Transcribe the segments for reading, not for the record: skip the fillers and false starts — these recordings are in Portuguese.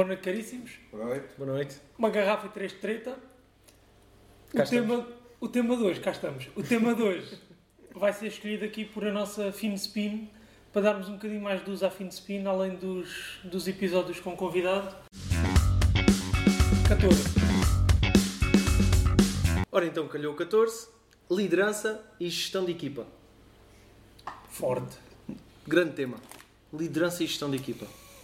noite, caríssimos. Boa noite. Boa noite. Uma garrafa e 3 de treta. O tema de hoje, cá estamos. O tema de hoje vai ser escolhido aqui por a nossa FinSpin, para darmos um bocadinho mais de uso à FinSpin, além dos episódios com convidado. 14. Ora então, calhou 14. Liderança e gestão de equipa. Forte. Grande tema. Liderança e gestão de equipa.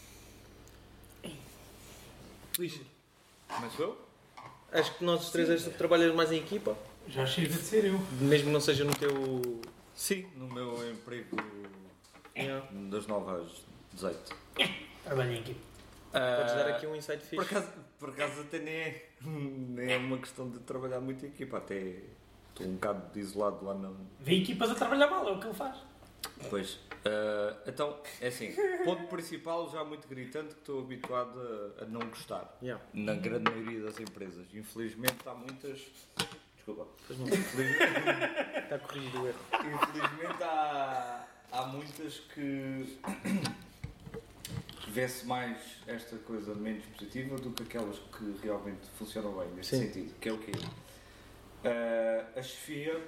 Luís, Mas eu? acho que nós os três és tu que trabalhas mais em equipa, Já chega de ser eu. mesmo que não seja no teu... Sim, no meu emprego Yeah. das 9 às 18. Trabalho em equipe. Podes dar aqui um insight fixe. Por acaso até nem é uma questão de trabalhar muito em equipa, até estou um bocado isolado lá na... Vê equipas a trabalhar mal, é o que ele faz. Pois, então, é assim, ponto principal já muito gritante que estou habituado a não gostar, Yeah. na grande maioria das empresas. Infelizmente há muitas... Desculpa. Pois não. Infelizmente, Está corrigido o erro. infelizmente há muitas que vê-se mais esta coisa menos positiva do que aquelas que realmente funcionam bem neste Sim. sentido, que é o quê? A chefia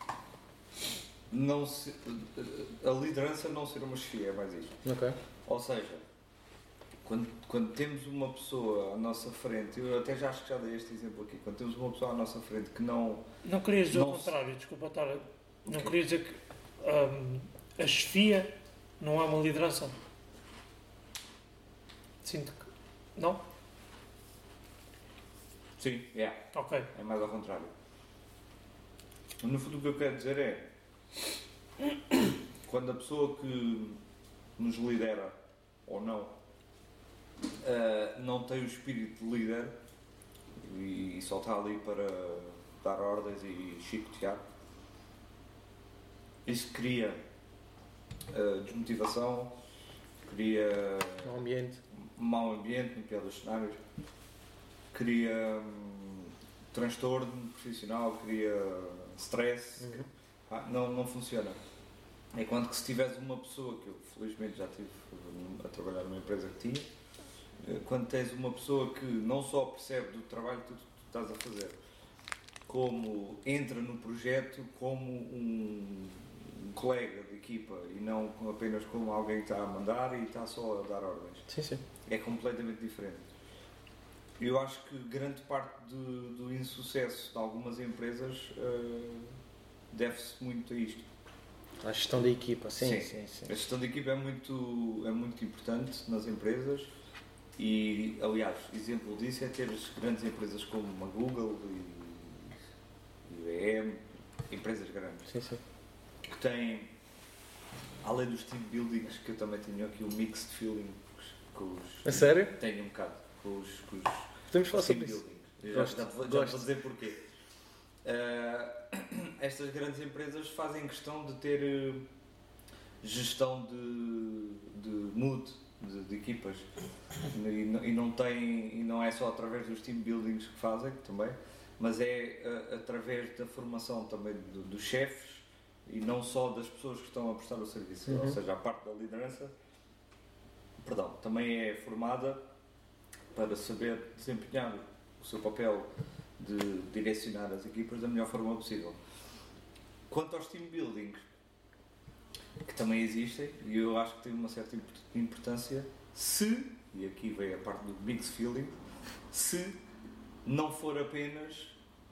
não se, a liderança não ser uma chefia, é mais isto. Ok. Ou seja, quando temos uma pessoa à nossa frente, eu até já acho que já dei este exemplo aqui, quando temos uma pessoa à nossa frente que não... Não querias dizer Não o contrário, desculpa estar. Não Ok. queria dizer que a chefia não é uma liderança. Sinto que. Não? Sim, Ok. é mais ao contrário. No fundo o que eu quero dizer é, quando a pessoa que nos lidera, ou não tem o espírito de líder e só está ali para dar ordens e chicotear, isso cria desmotivação, cria No ambiente. mau ambiente, no pior dos cenários, cria transtorno profissional, cria stress. Não funciona. Enquanto que se tiveres uma pessoa, que eu felizmente já estive a trabalhar numa empresa que tinha, quando tens uma pessoa que não só percebe do trabalho que tu estás a fazer, como entra no projeto como um colega de equipa e não apenas como alguém que está a mandar e está só a dar ordens. Sim, sim. É completamente diferente. Eu acho que grande parte do insucesso de algumas empresas deve-se muito a isto. A gestão da equipa, sim. A gestão de equipa é muito importante nas empresas e, aliás, exemplo disso é ter as grandes empresas como a Google e IBM, empresas grandes, Sim. que têm, além dos team buildings, que eu também tenho aqui o mixed feeling com os... A sério? Tenho um bocado com os Podemos falar team sobre isso. buildings. Gosto, Já vou gosto. dizer porquê. Estas grandes empresas fazem questão de ter gestão de mood, de equipas, e não é só através dos team buildings que fazem também, mas é através da formação também dos chefes e não só das pessoas que estão a prestar o serviço. Ou seja, a parte da liderança também é formada para saber desempenhar o seu papel de direcionar as equipas da melhor forma possível. Quanto aos team buildings, que também existem, e eu acho que tem uma certa importância, e aqui vem a parte do mixed feeling, se não for apenas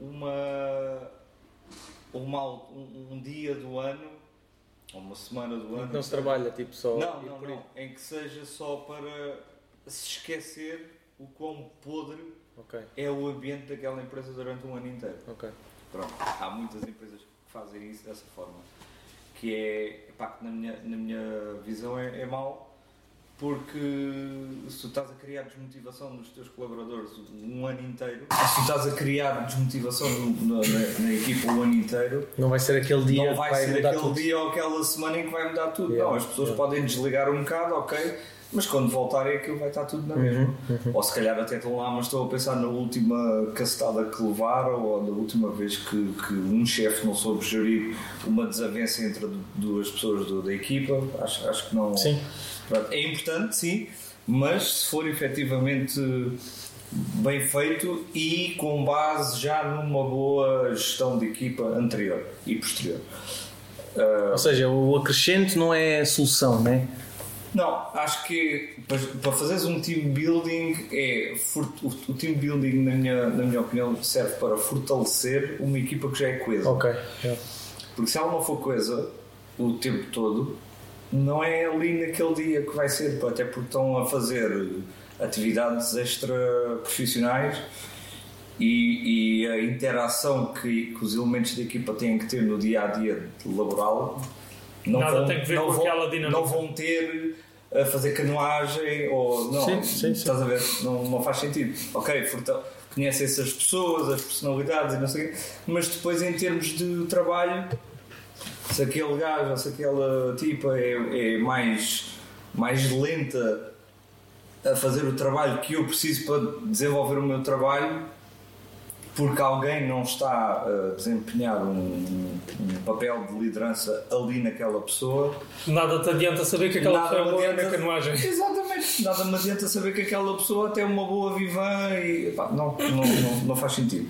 um dia do ano, ou uma semana do ano. Não se trabalha, tipo, só... Não. Em que seja só para se esquecer o quão podre Ok. é o ambiente daquela empresa durante um ano inteiro. Ok. Pronto, há muitas empresas que fazem isso dessa forma, que é, que na minha visão é mau, porque se tu estás a criar desmotivação nos teus colaboradores um ano inteiro, se tu estás a criar desmotivação na equipa o ano inteiro, Não vai ser aquele dia não vai que vai ser mudar aquele tudo. dia ou aquela semana em que vai mudar tudo. Yeah, Não, as pessoas yeah. podem desligar um bocado, ok, mas quando voltarem aquilo vai estar tudo na mesma. Ou se calhar até estão lá, mas estão a pensar na última cacetada que levaram, ou na última vez que um chefe não soube gerir uma desavença entre duas pessoas da equipa. Acho que não... Sim. É importante, sim, mas se for efetivamente bem feito e com base já numa boa gestão de equipa anterior e posterior. Ou seja, o acrescente não é a solução, não é? Não, acho que para fazeres um team building o team building na minha opinião serve para fortalecer uma equipa que já é coesa. Ok. Porque se ela não for coesa o tempo todo, não é ali naquele dia que vai ser, até porque estão a fazer atividades extra profissionais e a interação que os elementos da equipa têm que ter no dia a dia laboral não vão ter a fazer canoagem ou não. Sim. Estás a ver? Não faz sentido. Ok, conhecem essas pessoas, as personalidades e não sei o quê, mas depois em termos de trabalho, se aquele gajo ou se aquela tipa é mais lenta a fazer o trabalho que eu preciso para desenvolver o meu trabalho, porque alguém não está a desempenhar um papel de liderança ali naquela pessoa, nada te adianta saber que aquela pessoa é boa na canoagem. Exatamente, nada me adianta saber que aquela pessoa tem uma boa vivã e não faz sentido.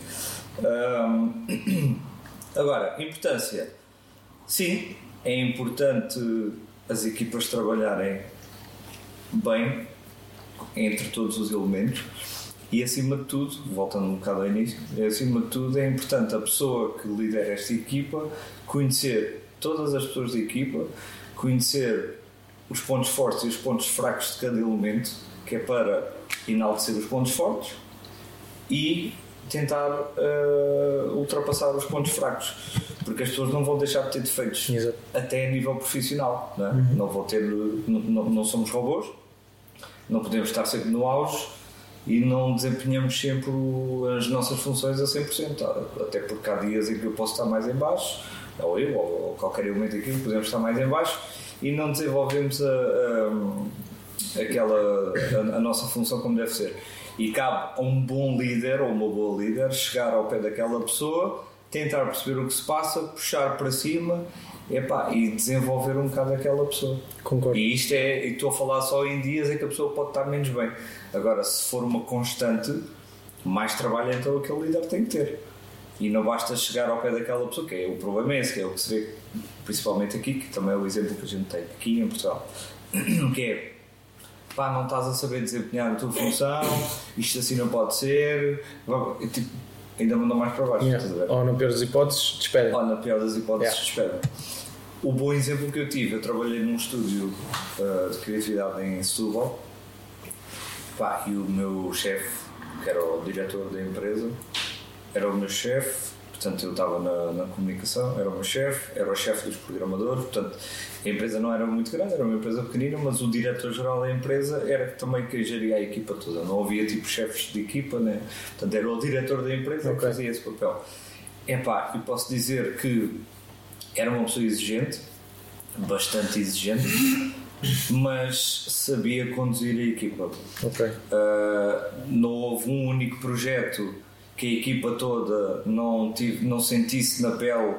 Agora, importância. Sim, é importante as equipas trabalharem bem entre todos os elementos e, acima de tudo, voltando um bocado ao início, acima de tudo é importante a pessoa que lidera esta equipa conhecer todas as pessoas da equipa, conhecer os pontos fortes e os pontos fracos de cada elemento, que é para enaltecer os pontos fortes e tentar ultrapassar os pontos fracos, porque as pessoas não vão deixar de ter defeitos. Exato. Até a nível profissional, não é? Não vão ter, não somos robôs, não podemos estar sempre no auge e não desempenhamos sempre as nossas funções a 100%, até porque há dias em que eu posso estar mais em baixo, ou eu, ou qualquer elemento aqui, podemos estar mais em baixo e não desenvolvemos a nossa função como deve ser. E cabe a um bom líder ou uma boa líder chegar ao pé daquela pessoa, tentar perceber o que se passa, puxar para cima e desenvolver um bocado aquela pessoa. Concordo. E isto estou a falar só em dias em que a pessoa pode estar menos bem. Agora, se for uma constante, mais trabalho então aquele líder tem que ter. E não basta chegar ao pé daquela pessoa, que o problema é esse, que é o que se vê principalmente aqui, que também é o exemplo que a gente tem aqui em Portugal, que é: não estás a saber desempenhar a tua função, isto assim não pode ser, ainda mandam mais para baixo. Ou na pior das hipóteses, despedem. Despedem. O bom exemplo que eu tive, eu trabalhei num estúdio de criatividade em Setúbal, e o meu chefe, que era o diretor da empresa, era o meu chefe, portanto eu estava na comunicação, era o meu chefe, era o chefe dos programadores, portanto a empresa não era muito grande, era uma empresa pequenina, mas o diretor-geral da empresa era também quem geria a equipa toda, não havia tipo chefes de equipa, né? Portanto era o diretor da empresa que fazia esse papel. Eu posso dizer que era uma pessoa exigente, bastante exigente, mas sabia conduzir a equipa. Não houve um único projeto que a equipa toda não sentisse na pele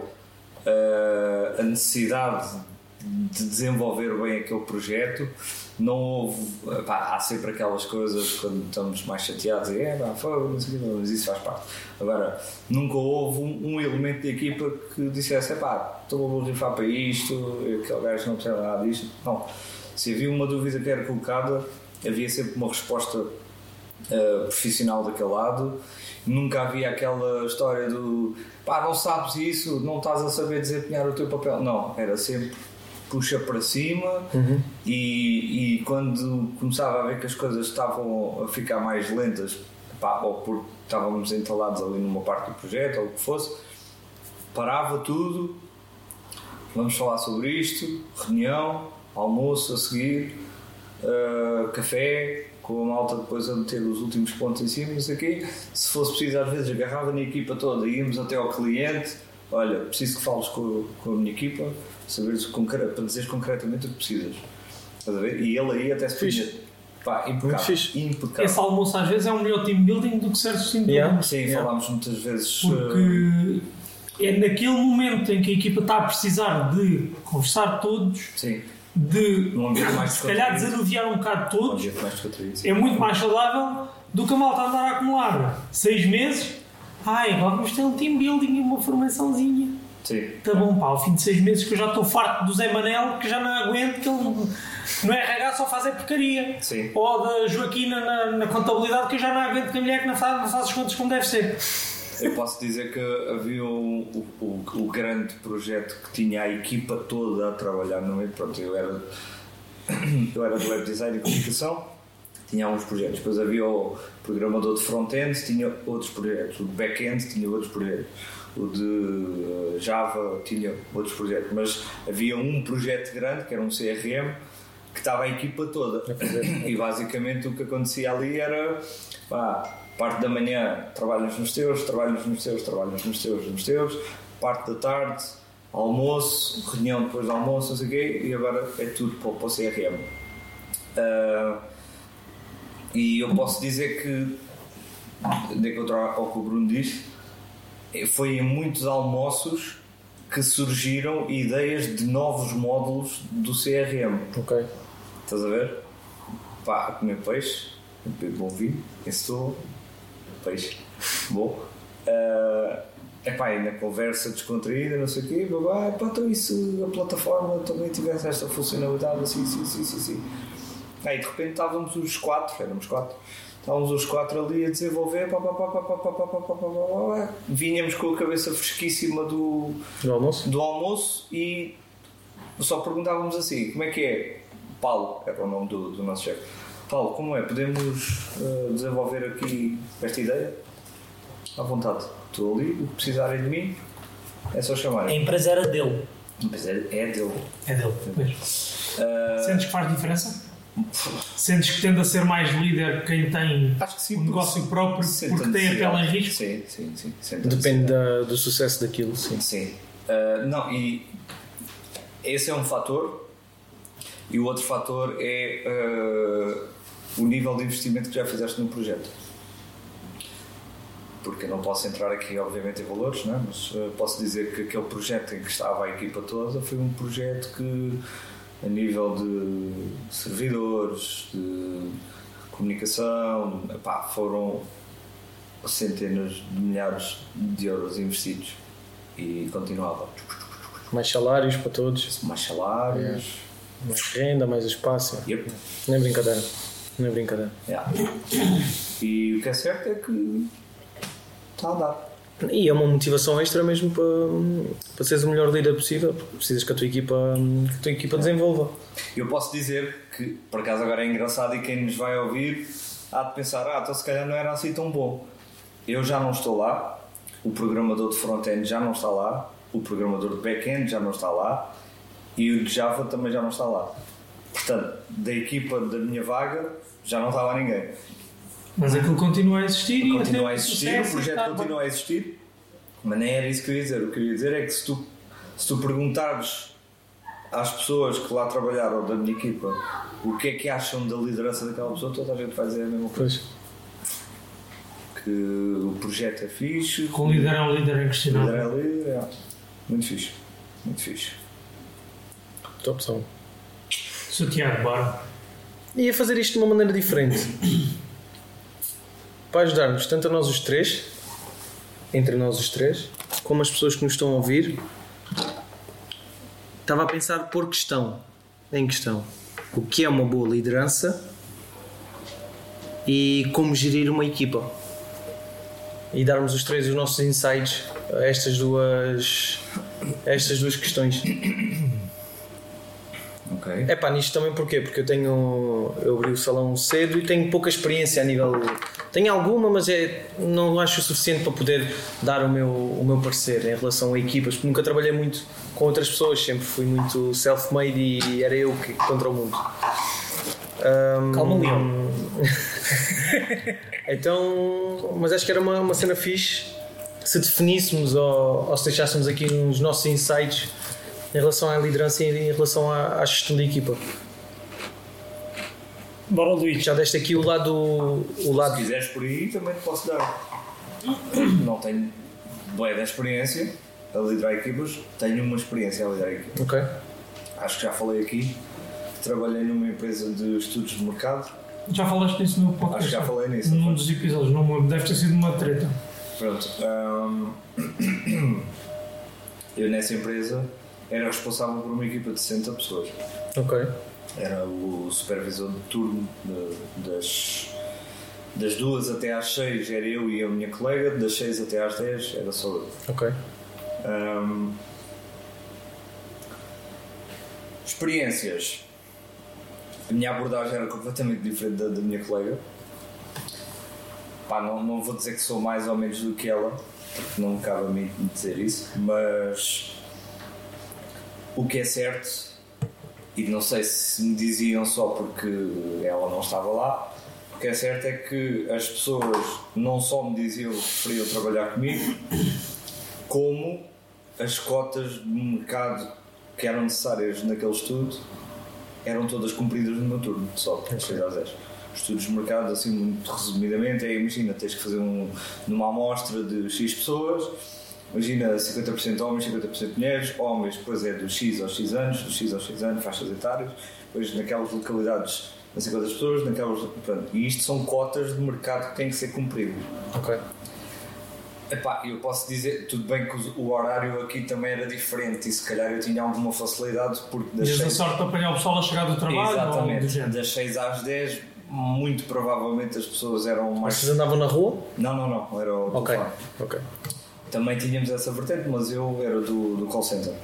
a necessidade de desenvolver bem aquele projeto. Não houve, há sempre aquelas coisas quando estamos mais chateados e mas isso faz parte. Agora, nunca houve um elemento da equipa que dissesse: estou a borrifar para isto, aquele gajo não percebe nada disto. Não. Se havia uma dúvida que era colocada, havia sempre uma resposta profissional daquele lado. Nunca havia aquela história do não sabes isso, não estás a saber desempenhar o teu papel. Não, era sempre puxa para cima. E quando começava a ver que as coisas estavam a ficar mais lentas, ou porque estávamos entalados ali numa parte do projeto ou o que fosse, parava tudo, vamos falar sobre isto, reunião, almoço a seguir, café com a malta, depois a meter os últimos pontos em cima, não sei o quê. Se fosse preciso, às vezes agarrava na equipa toda, íamos até ao cliente: olha, preciso que fales com a minha equipa, saberes para dizeres concretamente o que precisas. Estás a ver? E ele aí até se podia impecável. Esse almoço às vezes é um melhor team building do que certos team building. Sim, falámos muitas vezes, porque é naquele momento em que a equipa está a precisar de conversar todos. Sim. se calhar desanuviar um bocado todos, é muito mais saudável do que a malta andar a acumular 6 meses. Agora vamos ter um team building e uma formaçãozinha. Sim. Tá bom, pá, ao fim de 6 meses que eu já estou farto do Zé Manel, que já não aguento, que ele no RH só faz porcaria. Sim. Ou da Joaquina na contabilidade, que eu já não aguento que a mulher que não faz as contas como deve ser. Eu posso dizer que havia o grande projeto que tinha a equipa toda a trabalhar no meio. Pronto, eu era do web design e comunicação, tinha alguns projetos. Depois havia o programador de front-end, tinha outros projetos. O de back-end tinha outros projetos. O de Java tinha outros projetos. Mas havia um projeto grande, que era um CRM, que estava a equipa toda. E basicamente o que acontecia ali era... parte da manhã trabalhas nos teus, parte da tarde, almoço, reunião depois do almoço, não sei o quê, e agora é tudo para o CRM. E eu posso dizer que, de encontro ao que o Bruno disse, foi em muitos almoços que surgiram ideias de novos módulos do CRM. Ok. Estás a ver? Comer peixe, beber bom vinho, estou... peixe, bom. E na conversa descontraída, não sei o quê, então isso, a plataforma também tivesse esta funcionalidade, assim. Aí de repente estávamos os 4, estávamos os 4 ali a desenvolver, vinhamos com a cabeça fresquíssima do almoço e só perguntávamos assim, como é que é? Paulo, era o nome do nosso chefe. Paulo, como é? Podemos desenvolver aqui esta ideia? À vontade. Estou ali, o que precisarem de mim é só chamar. A empresa era dele. A empresa é dele. É dele. Sentes que faz diferença? Sentes que tende a ser mais líder quem tem um negócio próprio porque tem a pele em risco? Sim. Depende do sucesso daquilo, sim. Sim. Não, e esse é um fator. E o outro fator é o nível de investimento que já fizeste no projeto. Porque eu não posso entrar aqui, obviamente, em valores, não é? Mas posso dizer que aquele projeto em que estava a equipa toda foi um projeto que, a nível de servidores, de comunicação, foram centenas de milhares de euros investidos e continuava. Mais salários para todos. Mais salários. Mais renda, mais espaço. Yep. Não é brincadeira. Yeah. E o que é certo é que está a dar. E é uma motivação extra mesmo para seres o melhor líder possível, porque precisas que a tua equipa desenvolva. Eu posso dizer que, por acaso agora é engraçado, e quem nos vai ouvir há de pensar, então se calhar não era assim tão bom. Eu já não estou lá, o programador de front-end já não está lá, o programador de back-end já não está lá, e o de Java também já não está lá. Portanto, da equipa da minha vaga já não está lá ninguém. Mas aquilo continua a existir o projeto continua a existir, mas nem era isso que eu ia dizer. O que eu ia dizer é que se tu perguntares às pessoas que lá trabalharam da minha equipa o que é que acham da liderança daquela pessoa, toda a gente vai dizer a mesma coisa. Que o projeto é fixe, com o líder é um líder inquestionável. Muito fixe. Top são. Sou Tiago, bora. Ia fazer isto de uma maneira diferente para ajudar-nos tanto a nós os três, entre nós os três, como as pessoas que nos estão a ouvir. Estava a pensar por em questão o que é uma boa liderança e como gerir uma equipa, e darmos os três os nossos insights a estas duas questões. Okay. Nisto também porquê? Porque eu abri o salão cedo e tenho pouca experiência a nível... Tenho alguma, mas não acho o suficiente para poder dar o meu parecer em relação a equipas, porque nunca trabalhei muito com outras pessoas, sempre fui muito self-made e era eu que contra o mundo. Calma, Leão. Então, mas acho que era uma cena fixe se definíssemos ou se deixássemos aqui nos nossos insights em relação à liderança e em relação à gestão da equipa. Bora, Luís. Já deste aqui o lado... Se quiseres por aí, também te posso dar. Não tenho boa da experiência a liderar equipas, tenho uma experiência a liderar equipas. Ok. Acho que já falei aqui trabalhei numa empresa de estudos de mercado. Já falaste nisso no podcast? Acho que já falei nisso. Num dos episódios, não me lembro, deve ter sido uma treta. Pronto. Eu nessa empresa era responsável por uma equipa de 60 pessoas. Ok. Era o supervisor de turno das 2 até às 6 era eu e a minha colega, das 6 até às 10 era só eu. Ok. Experiências. A minha abordagem era completamente diferente da minha colega. Pá, não vou dizer que sou mais ou menos do que ela, porque não me cabe a mim dizer isso, mas o que é certo, e não sei se me diziam só porque ela não estava lá, o que é certo é que as pessoas não só me diziam que preferiam trabalhar comigo, como as cotas de mercado que eram necessárias naquele estudo eram todas cumpridas no meu turno, só das 6 às 10. Estudos de mercado, assim, muito resumidamente, imagina, tens que fazer numa amostra de X pessoas, imagina 50% homens, 50% mulheres, homens, depois é dos X aos X anos, faixas etárias, depois naquelas localidades, não sei quantas pessoas, naquelas, pronto, e isto são cotas de mercado que têm que ser cumpridas. Ok. Epá, eu posso dizer, tudo bem que o horário aqui também era diferente e se calhar eu tinha alguma facilidade porque das Desde 6... a sorte de apanhar o pessoal a chegar do trabalho. Exatamente, ou das 6 às 10 muito provavelmente as pessoas eram mais... Vocês andavam na rua? Não, era o telefone. Ok. Também tínhamos essa vertente, mas eu era do call center.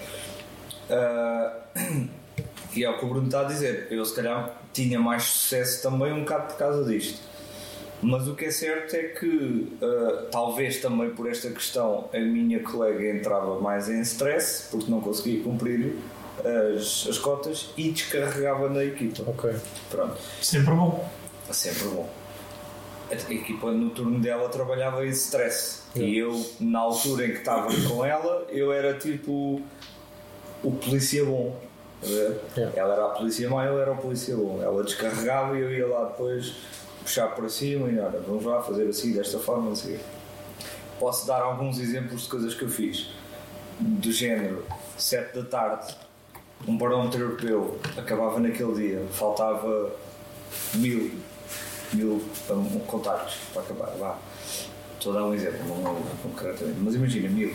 E é o que o Bruno está a dizer, eu se calhar tinha mais sucesso também um bocado por causa disto. Mas o que é certo é que, talvez também por esta questão, a minha colega entrava mais em stress, porque não conseguia cumprir as cotas e descarregava na equipa. Ok. Pronto. Sempre bom. Sempre bom. A equipa no turno dela trabalhava em stress. E eu, na altura em que estava com ela, eu era tipo o polícia bom. Ela era a polícia má, eu era o polícia bom. Ela descarregava e eu ia lá depois puxar para cima e olha, vamos lá fazer assim, desta forma, assim. Posso dar alguns exemplos de coisas que eu fiz. Do género, 7 da tarde, um barómetro europeu acabava naquele dia, faltava 1000 contactos para acabar, vá. Estou a dar um exemplo, não concretamente, mas imagina, 1000.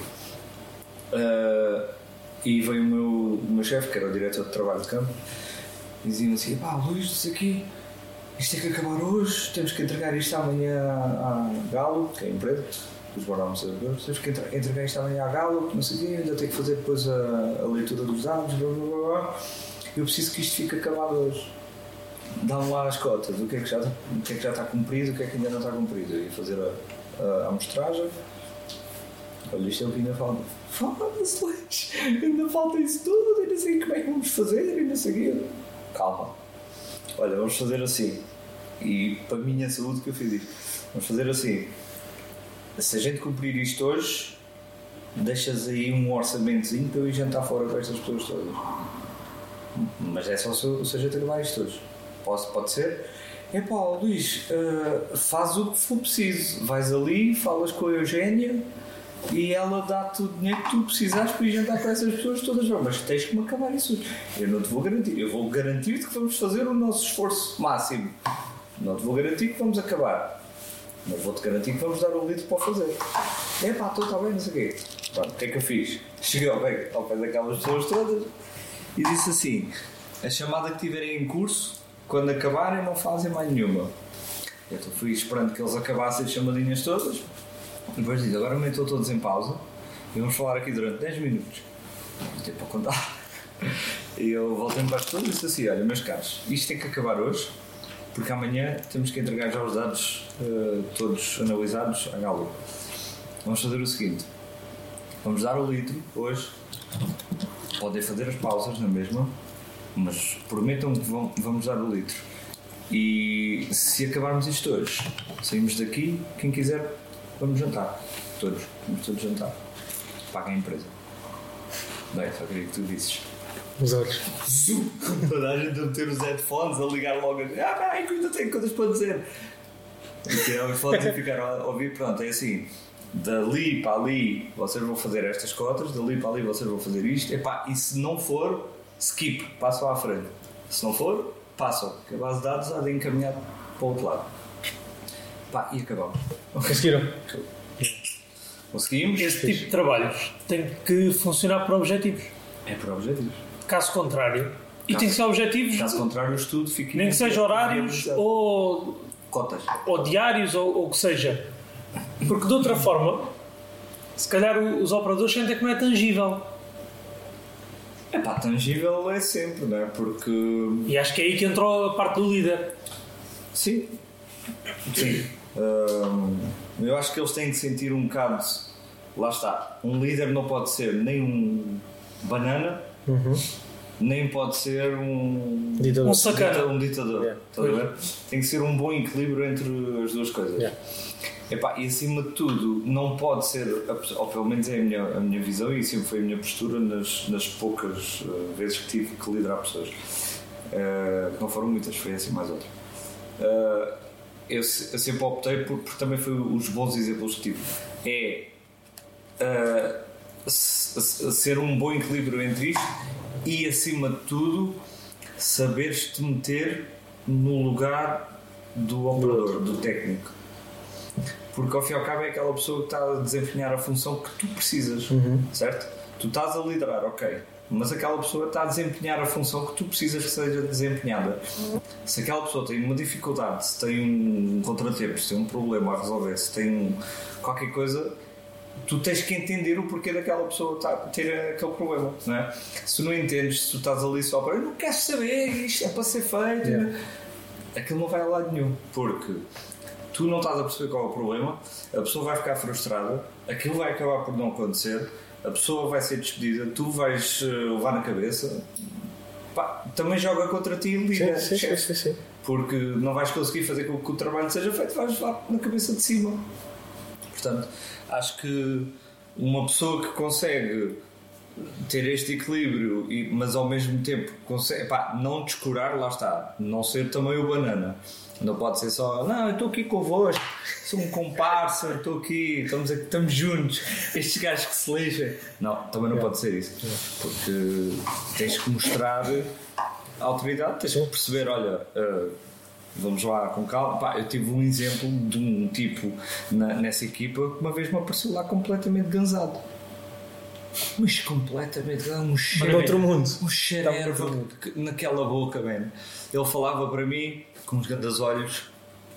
E veio o meu chefe, que era o diretor de trabalho de campo, e dizia assim, pá, Luís, isso aqui, isto tem que acabar hoje, temos que entregar isto amanhã à Galo, que é a empresa, os barómetros, temos que entregar isto amanhã à Galo, não sei o quê, ainda tenho que fazer depois a leitura dos dados, blá blá blá. Eu preciso que isto fique acabado hoje. Dá-me lá as cotas, o que é que já está cumprido, o que é que ainda não está cumprido. Eu ia fazer a amostragem. Olha, isto é o que ainda falta. Fala-se, Luís, ainda falta isso tudo, e não sei como é que vamos fazer, e não sei o quê. Calma. Olha, vamos fazer assim. E para a minha saúde que eu fiz isto. Vamos fazer assim. Se a gente cumprir isto hoje, deixas aí um orçamentozinho para eu ir jantar fora com estas pessoas todas. Mas é só se a gente acabar isto hoje. Pode ser? Epá, Luís, faz o que for preciso. Vais ali, falas com a Eugénia e ela dá-te o dinheiro que tu precisares para ir jantar com essas pessoas todas. Mas tens que me acabar isso hoje. Eu não te vou garantir. Eu vou garantir-te que vamos fazer o nosso esforço máximo. Não te vou garantir que vamos acabar. Mas vou-te garantir que vamos dar o litro para o fazer. Epá, está bem, não sei o quê. Pronto, o que é que eu fiz? Cheguei ao pé daquelas pessoas todas e disse assim: a chamada que tiverem em curso, quando acabarem não fazem mais nenhuma. Eu fui esperando que eles acabassem as chamadinhas todas e depois disse, agora me estou todos em pausa e vamos falar aqui durante 10 minutos. Não tenho para contar. E eu voltei-me para as pessoas e disse assim, olha meus caros, isto tem que acabar hoje porque amanhã temos que entregar já os dados todos analisados à Galo. Vamos fazer o seguinte, vamos dar o litro hoje, podem fazer as pausas na mesma, mas prometam que vamos dar o litro. E se acabarmos isto hoje, saímos daqui, quem quiser, vamos jantar. Vamos todos jantar. Paga a empresa. Bem, só queria que tu disses. Os olhos. Toda a gente a meter os headphones, a ligar logo a dizer, que ainda tenho coisas para dizer. E tirar os headphones e ficar a ouvir, pronto, é assim. Dali para ali vocês vão fazer estas cotas, dali para ali vocês vão fazer isto. Epá, e se não for, skip, passam à frente. Se não for, passam, porque a base de dados há de encaminhar para o outro lado. Pá, e acabamos. Conseguiram? Conseguimos? Esse tipo de trabalhos tem que funcionar para objetivos. É para objetivos. Caso contrário, e tem que ser objetivos, Caso contrário, o estudo fica... nem que seja horários ou cotas. diários ou o que seja. Porque de outra forma, se calhar os operadores sentem que não é tangível. É pá, tangível é sempre, não é? Porque... E acho que é aí que entrou a parte do líder. Sim. Eu acho que eles têm de sentir um bocado... Lá está. Um líder não pode ser nem um banana, nem pode ser um sacana. Um ditador. Yeah. Estás a ver? Tem que ser um bom equilíbrio entre as duas coisas. Yeah. Epá, e acima de tudo, não pode ser, ou pelo menos é a minha visão e sempre foi a minha postura nas poucas vezes que tive que liderar pessoas. Não foram muitas, foi assim mais outra. Eu sempre optei porque também foi os bons exemplos que tive. Ser um bom equilíbrio entre isto e, acima de tudo, saberes-te meter no lugar do operador, do técnico. Porque ao fim e ao cabo é aquela pessoa que está a desempenhar a função que tu precisas, certo? Tu estás a liderar, ok, mas aquela pessoa está a desempenhar a função que tu precisas que seja desempenhada. Se aquela pessoa tem uma dificuldade, se tem um contratempo, se tem um problema a resolver, se tem qualquer coisa, tu tens que entender o porquê daquela pessoa ter aquele problema, não é? Se tu não entendes, se tu estás ali só para não queres saber, isto é para ser feito, aquilo não vai a lado nenhum, porque tu não estás a perceber qual é o problema, a pessoa vai ficar frustrada, aquilo vai acabar por não acontecer, a pessoa vai ser despedida, tu vais levar na cabeça, pá, também joga contra ti e liga, Sim. porque não vais conseguir fazer com que o trabalho seja feito, vais levar na cabeça de cima. Portanto, acho que uma pessoa que consegue ter este equilíbrio, mas ao mesmo tempo consegue, não descurar, lá está, não ser também o banana. Não pode ser só, não, eu estou aqui convosco, sou um comparsa, estou aqui, estamos juntos, estes gajos que se lixam. Não, também não pode ser isso. Porque tens que mostrar a autoridade, tens que perceber, olha, vamos lá com calma. Eu tive um exemplo de um tipo nessa equipa que uma vez me apareceu lá completamente gansado. Mas completamente gansado, um cheiro. Outro mundo. Um cheiro de erva naquela boca, man. Ele falava para mim com os grandes olhos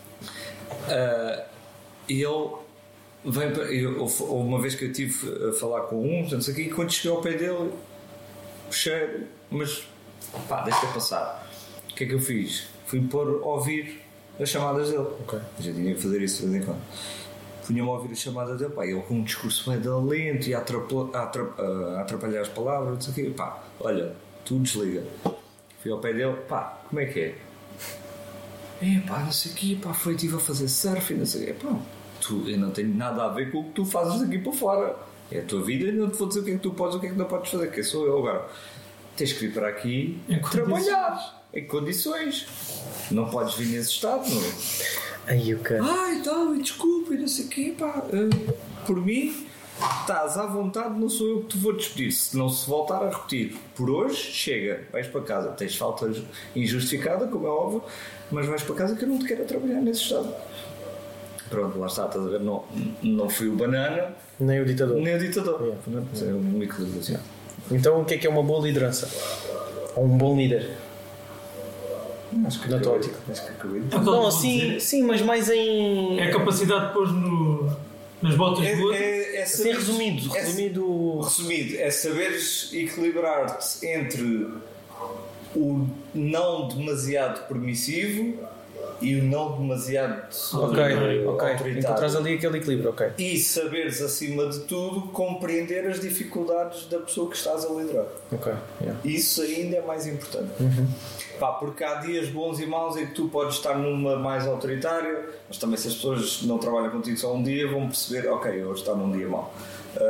e ele vem para, uma vez que eu estive a falar com não sei o quê, e quando cheguei ao pé dele, o cheiro, mas deixa passar. O que é que eu fiz? Fui pôr a ouvir as chamadas dele. Já tinha que fazer isso de vez em quando. Punha-me a ouvir a chamada dele, ele com um discurso meio lento e a atrapalhar as palavras, não sei o quê. Olha, tu desliga. Fui ao pé dele, como é que é? Não sei o quê, estive a fazer surf, não sei o quê. Eu não tenho nada a ver com o que tu fazes daqui para fora. É a tua vida e não te vou dizer o que é que tu podes e o que é que não podes fazer, que sou eu agora. Tens que vir para aqui e trabalhar em condições. Não podes vir nesse estado, não é? Aí o cara. Desculpa, e não sei o quê, por mim, estás à vontade, não sou eu que te vou despedir. Se não se voltar a repetir por hoje, chega, vais para casa. Tens falta injustificada, como é óbvio, mas vais para casa que eu não te quero trabalhar nesse estado. Pronto, lá está, estás a ver? Não fui o banana, nem o ditador. É um equilíbrio assim. Então, o que é uma boa liderança? Ou um bom líder? Acho que na tua ótica. Não, assim, sim, mas mais em. É a capacidade de pôr nas botas do outro. Assim, resumido. É saberes equilibrar-te entre o não demasiado permissivo e o não demasiado autoritário. Encontras ali aquele equilíbrio, E saberes, acima de tudo, compreender as dificuldades da pessoa que estás a liderar. Isso ainda é mais importante. Porque há dias bons e maus em que tu podes estar numa mais autoritária, mas também se as pessoas não trabalham contigo só um dia vão perceber, hoje está num dia mau.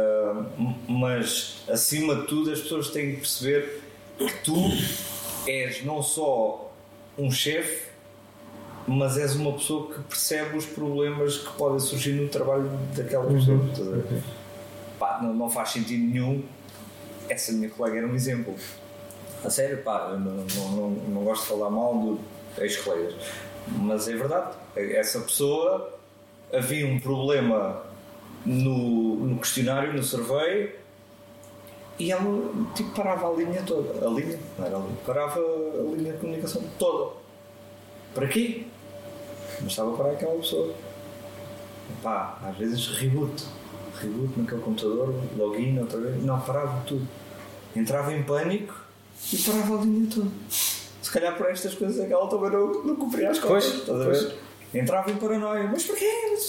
Mas acima de tudo as pessoas têm que perceber que tu és não só um chefe, mas és uma pessoa que percebe os problemas que podem surgir no trabalho daquela pessoa. Não faz sentido nenhum. Essa minha colega era um exemplo. A sério, pá, eu não gosto de falar mal do ex-colegas, mas é verdade, essa pessoa, havia um problema no questionário, no survey, e ela tipo parava a linha toda, a linha, não era a linha, parava a linha de comunicação toda. Para quê? Mas estava para aquela pessoa. Pá, às vezes reboot naquele computador, login outra vez, não, parava tudo. Entrava em pânico e parava a linha toda. Se calhar por estas coisas aquela também não cumpria as coisas. Estás a ver? Entrava em paranoia, mas porquê?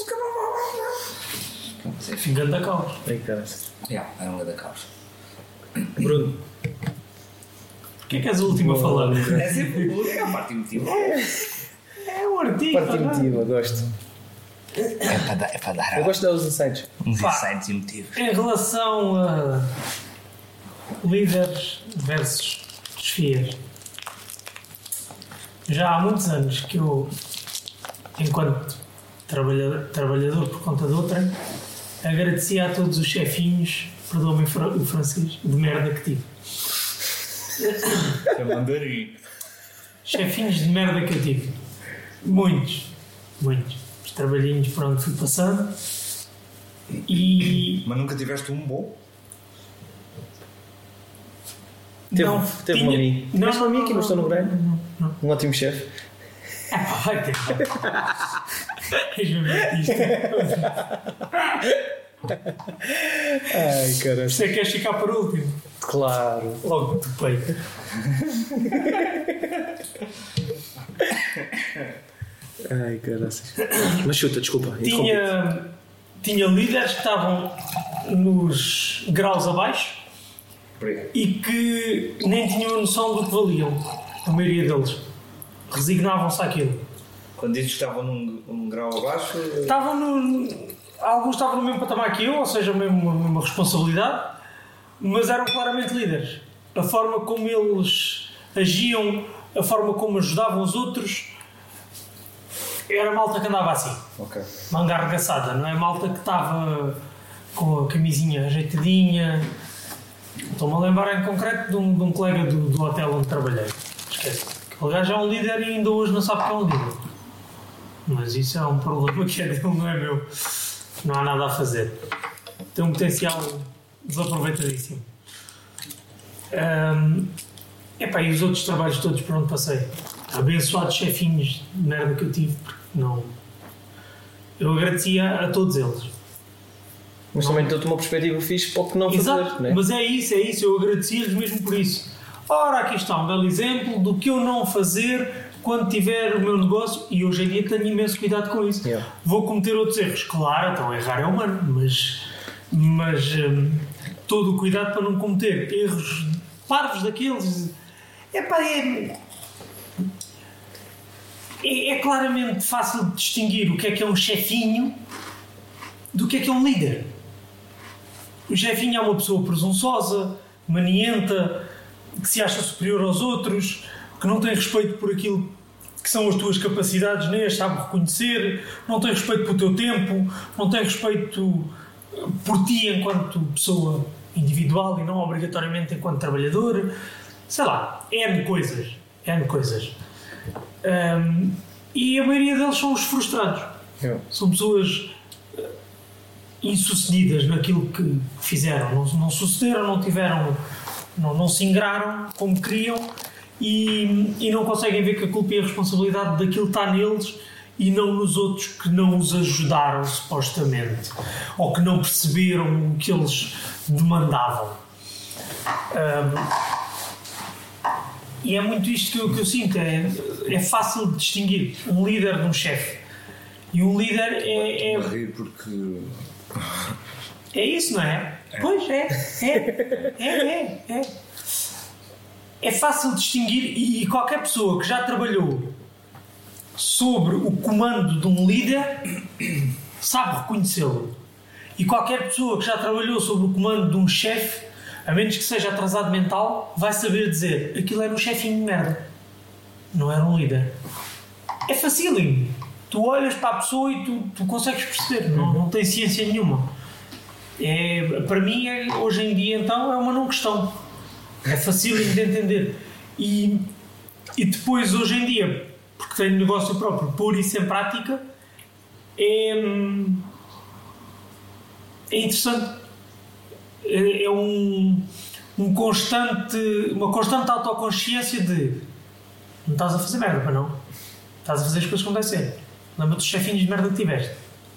Enfim, grande caos. É um grande caos. Bruno, O que é és a última a falar? É sempre é a parte emotiva. É um artigo. parte emotiva, gosto. É para dar Eu gosto de dar os insights. uns Pá. insights emotivos. Em relação a líderes versus desfias, já há muitos anos que eu, enquanto trabalhador por conta de outra, agradecia a todos os chefinhos, perdoa-me o francês, de merda que tive. É mandarim. Chefinhos de merda que eu tive. Muitos. Os trabalhinhos por onde fui passando. E Mas nunca tiveste um bom? Teve um amigo. Tiveste um amigo que não estou no Grêmio? Não. Um ótimo chefe. Vai ter. És-me artista. Ai, caralho. Você quer ficar por último? Claro. Logo do peito. Ai, caralho. Mas chuta, desculpa. Tinha líderes que estavam nos graus abaixo Obrigado. e que nem tinham noção do que valiam. A maioria deles. Resignavam-se àquilo. Quando dizes que estavam num grau abaixo... Alguns estavam no mesmo patamar que eu, ou seja, mesmo uma responsabilidade, mas eram claramente líderes. A forma como eles agiam, a forma como ajudavam os outros, era malta que andava assim. Ok. Manga arregaçada, não é malta que estava com a camisinha ajeitadinha. Estou-me a lembrar em concreto de um colega do hotel onde trabalhei. Esquece. Aquele gajo é um líder e ainda hoje não sabe que é um líder. Mas isso é um problema que é dele, não é meu. Não há nada a fazer. Tem um potencial desaproveitadíssimo. E os outros trabalhos todos por onde passei. Abençoados chefinhos de merda que eu tive, porque não. Eu agradecia a todos eles. Mas também deu-te uma perspectiva fixe para o que não Exato, fazer, não é? mas é isso, eu agradecia-lhes mesmo por isso. Ora, aqui está um belo exemplo do que eu não fazer quando tiver o meu negócio, e hoje em dia tenho imenso cuidado com isso. Yeah. Vou cometer outros erros, claro, então errar é humano, mas todo o cuidado para não cometer erros parvos daqueles. É claramente fácil de distinguir o que é um chefinho do que é um líder. O chefinho é uma pessoa presunçosa, manienta, que se acha superior aos outros, que não tem respeito por aquilo que são as tuas capacidades, nem as sabe reconhecer, não tem respeito pelo teu tempo, não tem respeito por ti enquanto pessoa individual e não obrigatoriamente enquanto trabalhador. Sei lá, N coisas. E a maioria deles são os frustrados. Yeah. São pessoas insucedidas naquilo que fizeram. Não sucederam, não tiveram, não se ingraram como queriam e não conseguem ver que a culpa e a responsabilidade daquilo está neles e não nos outros que não os ajudaram supostamente ou que não perceberam o que eles demandavam. E é muito isto que eu sinto. É fácil de distinguir um líder de um chefe. E um líder é rir porque... É isso, não é? Pois é. É fácil distinguir e qualquer pessoa que já trabalhou sobre o comando de um líder sabe reconhecê-lo. E qualquer pessoa que já trabalhou sobre o comando de um chefe, a menos que seja atrasado mental, vai saber dizer aquilo era um chefinho de merda. Não era um líder. É facílimo. Tu olhas para a pessoa e tu consegues perceber. Não tem ciência nenhuma. Para mim, hoje em dia, então, é uma não questão. É facílimo de entender. E depois, hoje em dia, porque tenho negócio próprio, pôr isso em prática é interessante. É uma constante autoconsciência de não estás a fazer merda, para não? Estás a fazer as coisas como deve ser. Lembra-te dos chefinhos de merda que tiveste.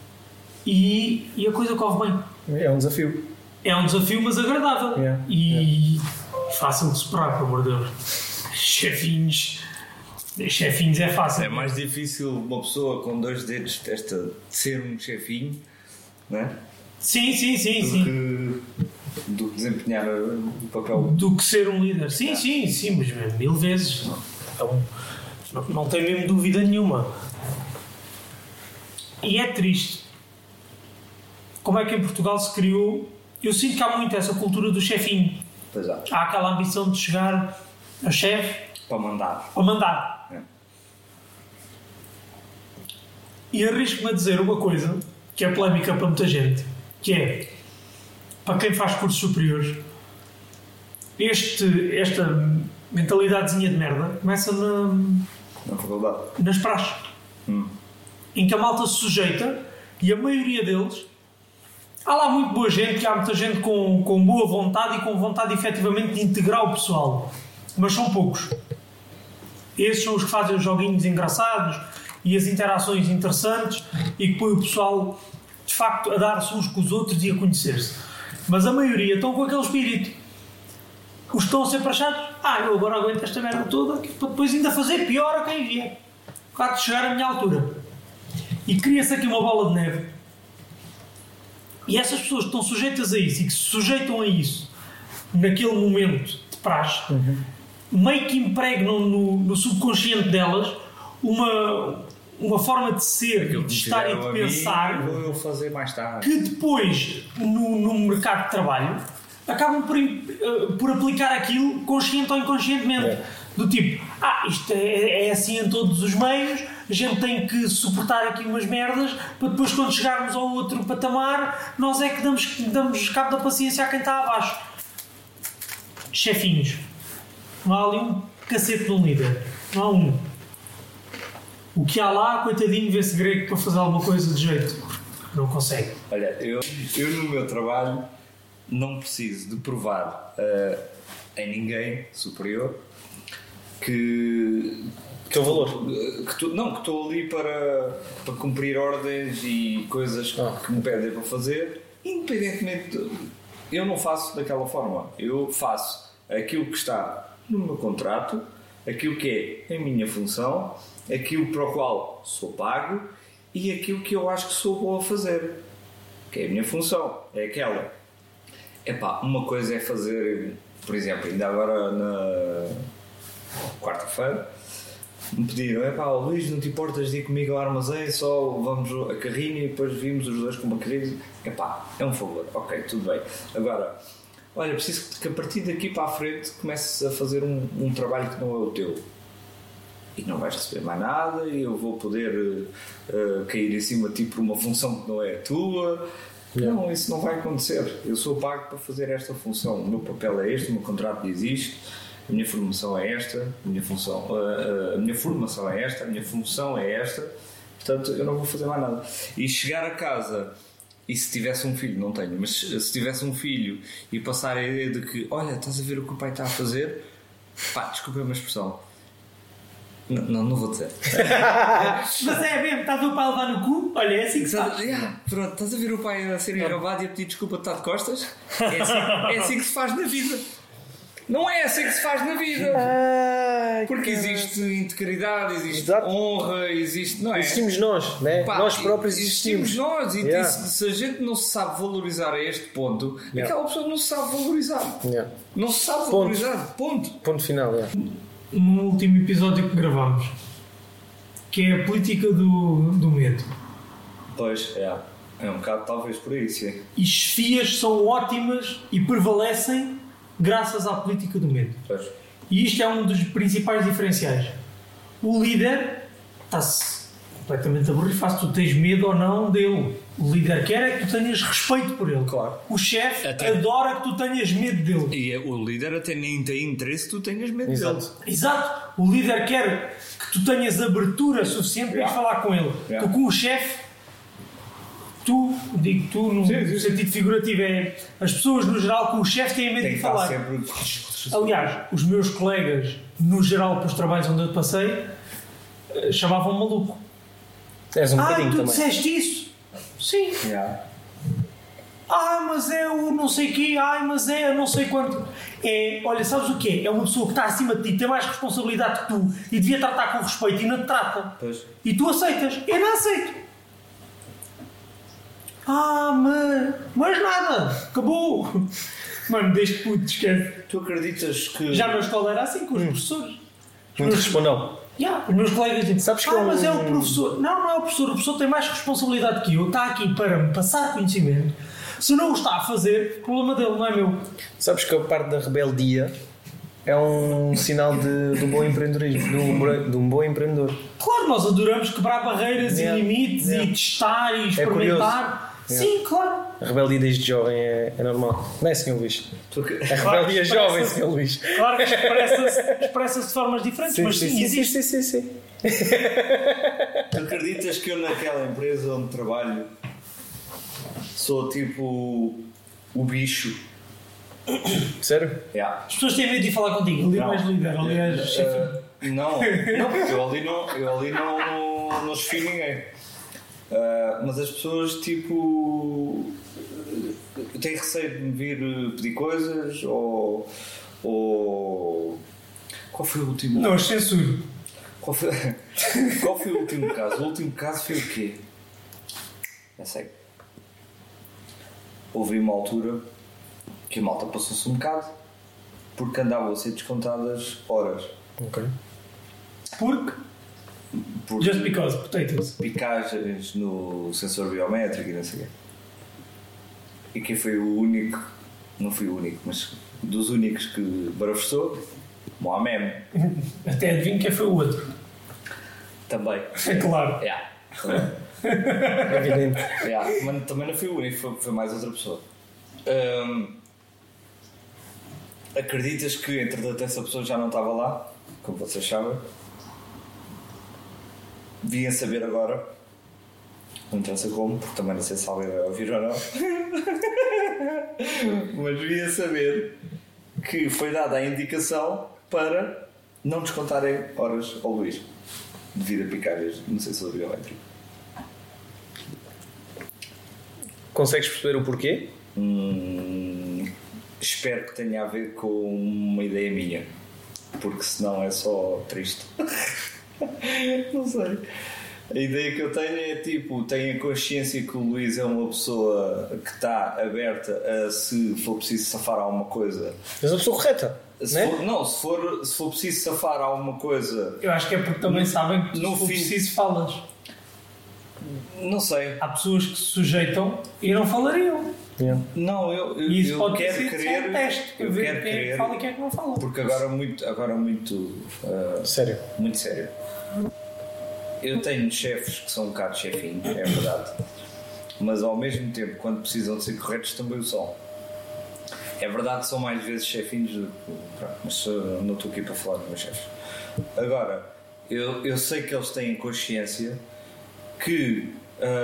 E a coisa corre bem. É um desafio. É um desafio, mas agradável. E fácil de superar, pelo amor de Deus. Chefinhos é fácil. É mais difícil uma pessoa com 2 dedos de ser um chefinho, não é? Sim. Do que desempenhar o papel. Do que ser um líder. Sim, mas 1000 vezes. Não tem mesmo dúvida nenhuma. E é triste. Como é que em Portugal se criou? Eu sinto que há muito essa cultura do chefinho. Pois é. Há aquela ambição de chegar a chefe Para mandar. É. E arrisco-me a dizer uma coisa que é polémica para muita gente, que é, para quem faz cursos superiores, esta mentalidadezinha de merda começa Na faculdade. nas praxes, em que a malta se sujeita, e a maioria deles, há lá muito boa gente, há muita gente com boa vontade e com vontade efetivamente de integrar o pessoal, mas são poucos. Esses são os que fazem os joguinhos engraçados e as interações interessantes e que põem o pessoal de facto a dar-se uns com os outros e a conhecer-se. Mas a maioria estão com aquele espírito. Os que estão sempre achados, eu agora aguento esta merda toda para depois ainda fazer pior a quem vier. Claro de chegar à minha altura. E cria-se aqui uma bola de neve. E essas pessoas que estão sujeitas a isso e que se sujeitam a isso naquele momento de praxe, meio que impregnam no subconsciente delas uma forma de ser, de estar e de pensar, vou fazer mais tarde, que depois no mercado de trabalho acabam por aplicar aquilo consciente ou inconscientemente. Do tipo, isto é assim em todos os meios, a gente tem que suportar aqui umas merdas para depois, quando chegarmos ao outro patamar, nós é que damos cabo da paciência a quem está abaixo. Chefinhos, não há ali um cacete de um líder, não há um. O que há lá, coitadinho, vê-se grego para fazer alguma coisa de jeito, não consegue. Olha, eu no meu trabalho não preciso de provar a ninguém superior que é o valor. Que estou ali para cumprir ordens e coisas que me pedem para fazer, independentemente. Eu não faço daquela forma. Eu faço aquilo que está no meu contrato, aquilo que é a minha função, aquilo para o qual sou pago e aquilo que eu acho que sou bom a fazer, que é a minha função. É aquela. Uma coisa é fazer, por exemplo, ainda agora na quarta-feira me pediram, Luís, não te importas de ir comigo ao armazém, só vamos a carrinha e depois vimos os dois com uma crise. É um favor, ok, tudo bem. Agora, olha, preciso que a partir daqui para a frente comeces a fazer um trabalho que não é o teu. E não vais receber mais nada e eu vou poder cair em cima de ti por uma função que não é a tua. Não, isso não vai acontecer. Eu sou pago para fazer esta função. O meu papel é este, o meu contrato diz isto, a minha formação é esta, a minha formação é esta, a minha função é esta. Portanto, eu não vou fazer mais nada. E chegar a casa, e se tivesse um filho, não tenho, mas se tivesse um filho e passar a ideia de que, olha, estás a ver o que o pai está a fazer? Desculpa a minha expressão. Não vou dizer. Mas é mesmo, estás o pai a levar no cu? Olha, é assim que se faz. Pronto, estás a ver o pai a ser enrabado e a pedir desculpa de estar de costas? É assim que se faz na vida. Não é assim que se faz na vida. Porque existe integridade, existe honra, existe. Não é? Existimos nós, né? Nós próprios existimos. Nós. E se a gente não se sabe valorizar a este ponto, aquela pessoa não se sabe valorizar. Não se sabe valorizar. Ponto final. No último episódio que gravámos, que é a política do medo. Pois, é um bocado talvez por aí, sim. E chefias são ótimas e prevalecem graças à política do medo. Pois. E isto é um dos principais diferenciais. O líder completamente aborrifado. Tu tens medo ou não dele. O líder quer é que tu tenhas respeito por ele. Claro. O chefe adora que tu tenhas medo dele. E o líder até nem tem interesse que tu tenhas medo dele. Exato. Exato. O líder quer que tu tenhas abertura suficiente para ir falar com ele. Tu com o chefe, digo tu no sentido figurativo, as pessoas no geral com o chefe têm medo de falar. Sempre... Aliás, os meus colegas, no geral, para os trabalhos onde eu passei, chamavam-me maluco. És um bocadinho tu também. disseste isso? Sim. Mas é o não sei quê, mas é não sei quanto. Olha, sabes o quê? É uma pessoa que está acima de ti, tem mais responsabilidade que tu e devia tratar com respeito e não te trata. Pois. E tu aceitas. Eu não aceito. Mas nada. Acabou. Mano, desde que puto, esquece. Tu acreditas que... Já na escola era assim com os professores. Não te respondam. Os meus colegas dizem, Sabes que mas é o professor. Não é o professor tem mais responsabilidade que eu, está aqui para me passar conhecimento. Se não o está a fazer, o problema dele não é meu. Sabes que a parte da rebeldia é um sinal de um bom empreendedorismo, de um bom empreendedor. Claro, nós adoramos quebrar barreiras e limites e testar e experimentar. Sim, claro. A rebeldia desde jovem é normal. Não é, Sr. Luís? A rebeldia jovem, Sr. Luís. Claro que expressa-se de formas diferentes, mas sim, existe. Sim. Tu acreditas que eu naquela empresa onde trabalho sou tipo o bicho? Sério? As pessoas têm medo de falar contigo. Ali mais líder, aliás, chefe. Não, porque eu ali não desfio ninguém. Mas as pessoas tipo têm receio de me vir pedir coisas ou qual foi o último? Não, censuro. Qual foi o último caso? O último caso foi o quê? Já sei. Houve uma altura que a malta passou-se um bocado porque andavam a ser descontadas horas. Ok. Porque just because, potatoes. Picagens no sensor biométrico e não sei o quê. E quem foi o único, não fui o único, mas dos únicos que barafustou, Mohamed. Até adivinho quem foi o outro. Também. É claro. Evidente. Mas também não fui o único, foi mais outra pessoa. Acreditas que entretanto essa pessoa já não estava lá, como vocês sabem? Vim saber agora, não interessa como, porque também não sei se alguém vai ouvir ou não, mas vim saber que foi dada a indicação para não descontarem horas ao Luís devido a picagens no sensor biométrico. Consegues perceber o porquê? Espero que tenha a ver com uma ideia minha, porque senão é só triste. Não sei. A ideia que eu tenho é tipo, tenho a consciência que o Luís é uma pessoa que está aberta a, se for preciso safar alguma coisa. És a pessoa correta. Se for preciso safar alguma coisa. Eu acho que é porque também sabem que no fim preciso falas. Não sei. Há pessoas que se sujeitam e não falariam. Não, eu quero crer. Um teste. Eu quero quem é que fala e quem é que não fala. Porque agora muito sério. Muito sério. Eu tenho chefes que são um bocado chefinhos, é verdade. Mas ao mesmo tempo, quando precisam de ser corretos, também o são. É verdade que são mais vezes chefinhos, mas não estou aqui para falar dos meus chefes. Agora, eu sei que eles têm consciência que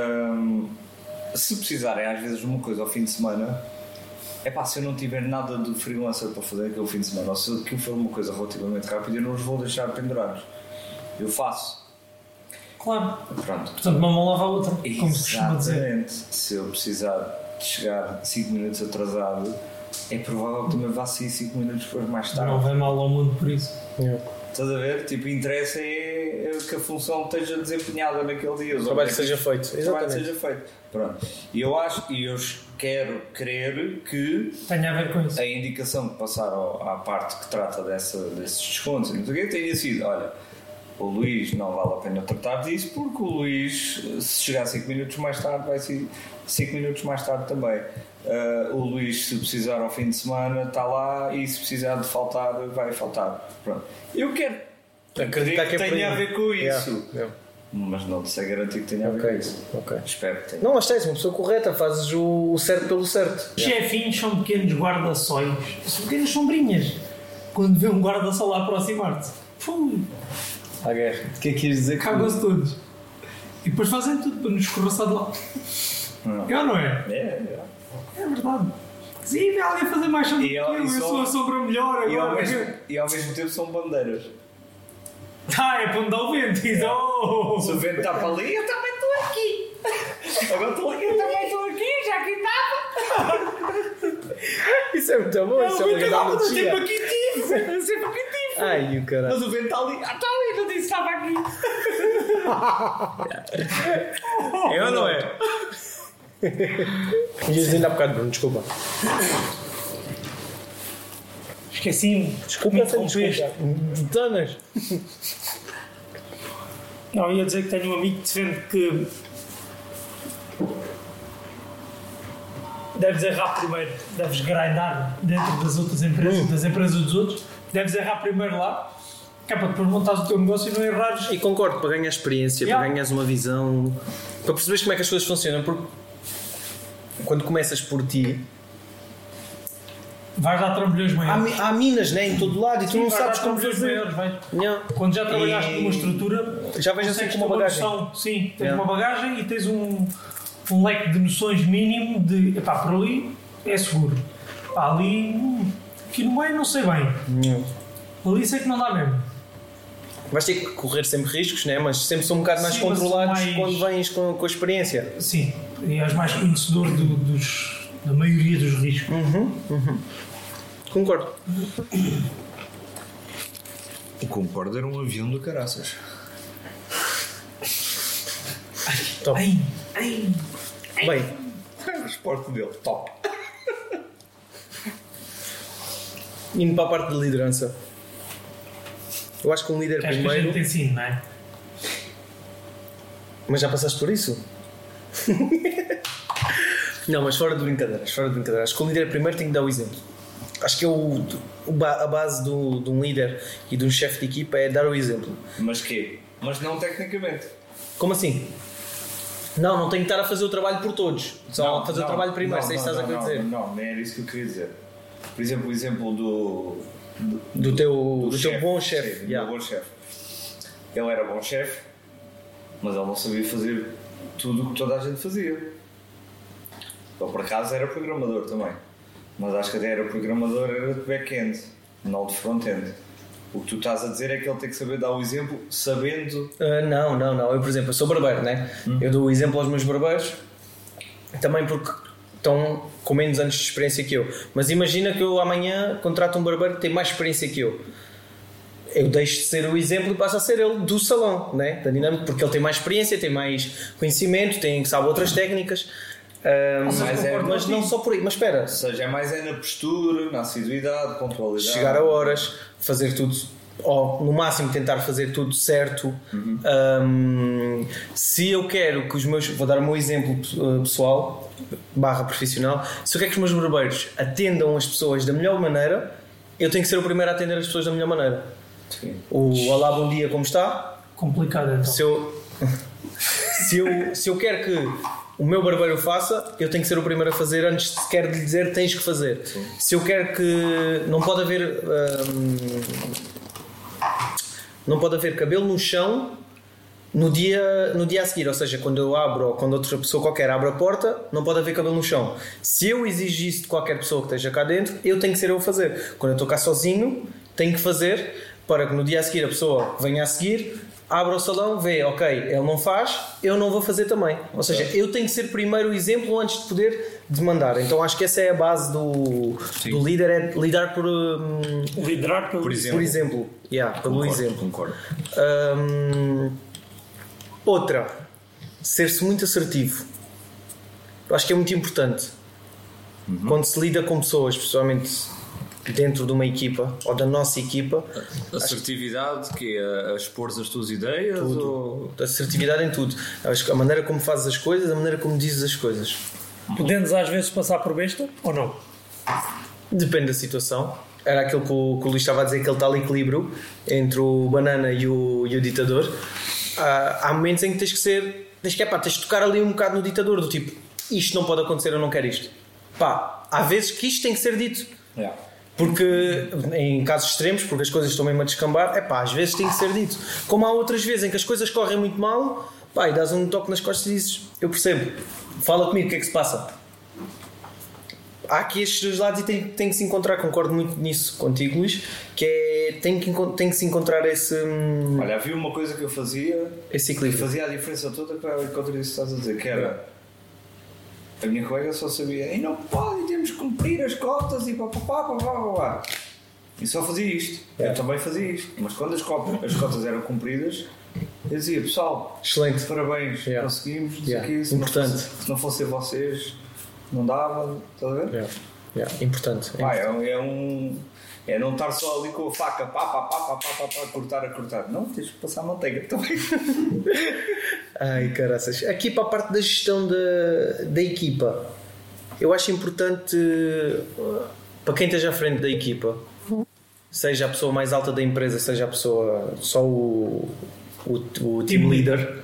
se precisarem às vezes de uma coisa ao fim de semana, se eu não tiver nada de freelancer para fazer aquele fim de semana, ou se aquilo for uma coisa relativamente rápida, eu não os vou deixar pendurados. Eu faço. Claro. Pronto. Portanto, uma mão lava a outra, como se costuma dizer. Exatamente. Se eu precisar de chegar 5 minutos atrasado, é provável que também vá sair 5 minutos depois mais tarde. Não vai mal ao mundo por isso. Estás a ver? Tipo, interessa é que a função esteja desempenhada naquele dia. O trabalho seja feito. Exatamente. Pronto. E eu quero crer que tenha a ver com isso. A indicação que passaram à parte que trata desses descontos tenha sido, olha, o Luís não vale a pena tratar disso porque o Luís, se chegar 5 minutos mais tarde, vai ser 5 minutos mais tarde também. O Luís, se precisar ao fim de semana, está lá, e se precisar de faltar, vai faltar. Pronto. Eu quero acreditar que tenha a ver com isso. Mas não te sei garantir que tenha a ver com isso. Ok. Espero que tenha. Não, mas tens uma pessoa correta, fazes o certo pelo certo. Os chefinhos são pequenos guarda-sóis, são pequenas sombrinhas. Quando vê um guarda-sol a aproximar-te, À guerra. O que é que queres dizer? cagam-se todos. E depois fazem tudo para nos escorraçar de lá. Não é? É. É verdade. Sim, vê alguém fazer mais sombra que eu sou a sombra melhor E ao agora. mesmo tempo são bandeiras. É para me dar o vento. Se o vento está para ali, eu também estou aqui. Agora estou aqui, eu também estou aqui, já aqui estava. Isso é muito bom, isso é uma grande Eu sempre analogia. aqui tive. Eu sempre aqui tive. Ai, o caralho. Mas o vento está ali. Está ali, não disse que estava aqui. É ou não é? Ias ainda há bocado, Bruno, desculpa. Esqueci-me. Desculpa, Detanas. Não, ia dizer que tenho um amigo que defende que deves errar primeiro, deves grindar dentro das outras empresas, das empresas dos outros, deves errar primeiro lá, que é para depois montares o teu negócio e não errares. E concordo, para ganhar experiência, para ganhares uma visão, para perceberes como é que as coisas funcionam, porque quando começas por ti, Vais dar trambolhões maiores. há minas, né, em todo lado e tu não Vais sabes dar como trambolhões fazer. maiores, vais. Yeah. Quando já trabalhaste numa estrutura, Já vejo assim consegues com uma ter bagagem. noção. Sim, tens Yeah. uma bagagem e tens um leque de noções mínimo de, epá, por ali é seguro. Pá, ali, aqui no meio não sei bem. Ali sei que não dá mesmo. Vais ter que correr sempre riscos, né? Mas sempre são um bocado mais Sim, mas controlados mais- quando vens com a experiência. Sim, e és mais conhecedor da maioria dos riscos. Concordo. O Concorde era um avião do caraças. Top. Ai, Bem, O esporte dele, top. indo para a parte de liderança. Eu acho que um líder queres que a primeiro. gente te ensine, não é? Mas já passaste por isso? Não, mas fora de brincadeiras, Acho que o líder primeiro tem que dar o exemplo. Acho que a base de um líder e de um chefe de equipa é dar o exemplo. Mas quê? Mas não tecnicamente. Como assim? Não tem que estar a fazer o trabalho por todos. Só fazer o trabalho primeiro, se é isso que estás a querer dizer. Não, nem era isso que eu queria dizer. Por exemplo, o exemplo Do teu chefe. bom chefe. Sim, do meu bom chefe. Ele era bom chefe, mas ele não sabia fazer tudo o que toda a gente fazia. Ele por acaso era programador também, mas acho que até era programador era de back-end, não de front-end. O que tu estás a dizer é que ele tem que saber dar o exemplo sabendo. Não. Eu, por exemplo, eu sou barbeiro, né? Eu dou o exemplo aos meus barbeiros também porque estão com menos anos de experiência que eu. Mas imagina que eu amanhã contrato um barbeiro que tem mais experiência que eu. Eu deixo de ser o exemplo e passo a ser ele do salão, né? Da dinâmica, porque ele tem mais experiência, tem mais conhecimento, sabe outras técnicas. Mas não só por aí. Mas espera, Ou seja, é mais na postura, na assiduidade, pontualidade. chegar a horas, fazer tudo, ou no máximo tentar fazer tudo certo. Se eu quero que os meus, vou dar o meu exemplo pessoal / profissional, se eu quero que os meus barbeiros atendam as pessoas da melhor maneira, eu tenho que ser o primeiro a atender as pessoas da melhor maneira. Sim. O olá, bom dia, como está? Complicado então. Se eu quero que o meu barbeiro faça, eu tenho que ser o primeiro a fazer antes de sequer lhe dizer tens que fazer. Sim. Se eu quero que não pode haver cabelo no chão no dia a seguir, ou seja, quando eu abro ou quando outra pessoa qualquer abre a porta, não pode haver cabelo no chão. Se eu exigir isso de qualquer pessoa que esteja cá dentro, eu tenho que ser eu a fazer. Quando eu estou cá sozinho, tenho que fazer para que no dia a seguir a pessoa venha a seguir, abra o salão, vê, ok, ele não faz, eu não vou fazer também. Ou seja, eu tenho que ser primeiro o exemplo antes de poder demandar. Então acho que essa é a base do líder, é lidar por Liderar por exemplo. Por exemplo. Pelo exemplo. Concordo. Outra, ser-se muito assertivo. Eu acho que é muito importante. Quando se lida com pessoas, especialmente dentro de uma equipa ou da nossa equipa. Assertividade, que é expor as tuas ideias? Ou... Assertividade em tudo. Acho que a maneira como fazes as coisas, a maneira como dizes as coisas. Podemos às vezes passar por besta ou não? Depende da situação. Era aquilo que o Luís estava a dizer, que ele está ali equilíbrio entre o banana e o ditador. há momentos em que tens de tocar ali um bocado no ditador, do tipo, isto não pode acontecer, eu não quero isto. Pá, há vezes que isto tem que ser dito. Porque em casos extremos, porque as coisas estão mesmo a descambar, às vezes tem que ser dito. Como há outras vezes em que as coisas correm muito mal, pá, e dás um toque nas costas e dizes, eu percebo, fala comigo, o que é que se passa? Há aqui estes dois lados e tem que se encontrar, concordo muito nisso contigo, Luís, que é, tem que se encontrar esse... Olha, havia uma coisa que eu fazia, esse equilíbrio. Que fazia a diferença toda contra isso que estás a dizer, que era, a minha colega só sabia, e não pode, temos que cumprir as cotas e pá. E só fazia isto, eu também fazia isto, mas quando as cotas eram cumpridas, eu dizia, pessoal, excelente, parabéns, conseguimos, aqui, se não fossem vocês... Não dava, estás a ver? Importante. É não estar só ali com a faca, pá, cortar. Não, tens de passar manteiga também. Ai, caraças. Aqui para a parte da gestão da equipa, eu acho importante, para quem esteja à frente da equipa, seja a pessoa mais alta da empresa, seja a pessoa, só o team leader.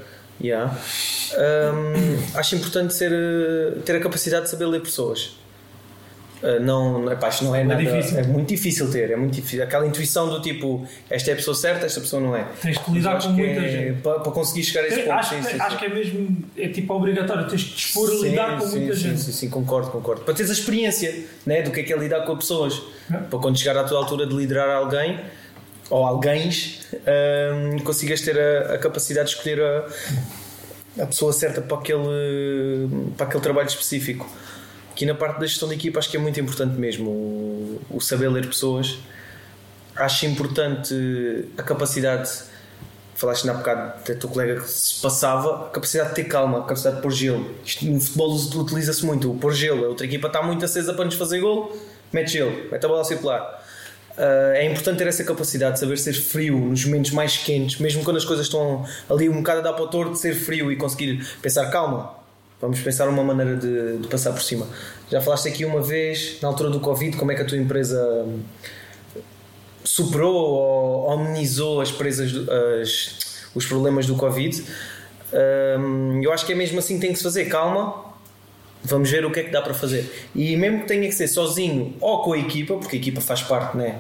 Acho importante ter a capacidade de saber ler pessoas. Isto não é nada difícil. É muito difícil ter, aquela intuição do tipo, esta é a pessoa certa, esta pessoa não é. Tens que lidar com muita gente para conseguir chegar a esse ponto. Acho que é mesmo, tipo obrigatório, tens de dispor a lidar com muita gente. Sim, concordo. Para teres a experiência, né, do que é lidar com pessoas, para quando chegar à tua altura de liderar alguém ou alguéns, consigas ter a capacidade de escolher a pessoa certa para aquele trabalho específico. Aqui na parte da gestão de equipa acho que é muito importante mesmo o saber ler pessoas. Acho importante a capacidade, falaste há bocado da tua colega que se passava, a capacidade de ter calma, a capacidade de pôr gelo. Isto no futebol utiliza-se muito, o pôr gelo. A outra equipa está muito acesa para nos fazer golo, mete gelo, mete a bola a circular. É importante ter essa capacidade de saber ser frio nos momentos mais quentes, mesmo quando as coisas estão ali um bocado a dar para o torto, de ser frio e conseguir pensar, calma, vamos pensar uma maneira de passar por cima. Já falaste aqui uma vez, na altura do Covid, como é que a tua empresa superou ou amenizou os problemas do Covid. Eu acho que é mesmo assim que tem que se fazer, calma, vamos ver o que é que dá para fazer. E mesmo que tenha que ser sozinho ou com a equipa, porque a equipa faz parte, né,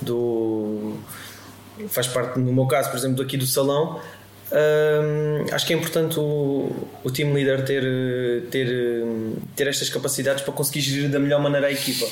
faz parte, no meu caso, por exemplo, daqui do salão, acho que é importante o team leader ter estas capacidades para conseguir gerir da melhor maneira a equipa.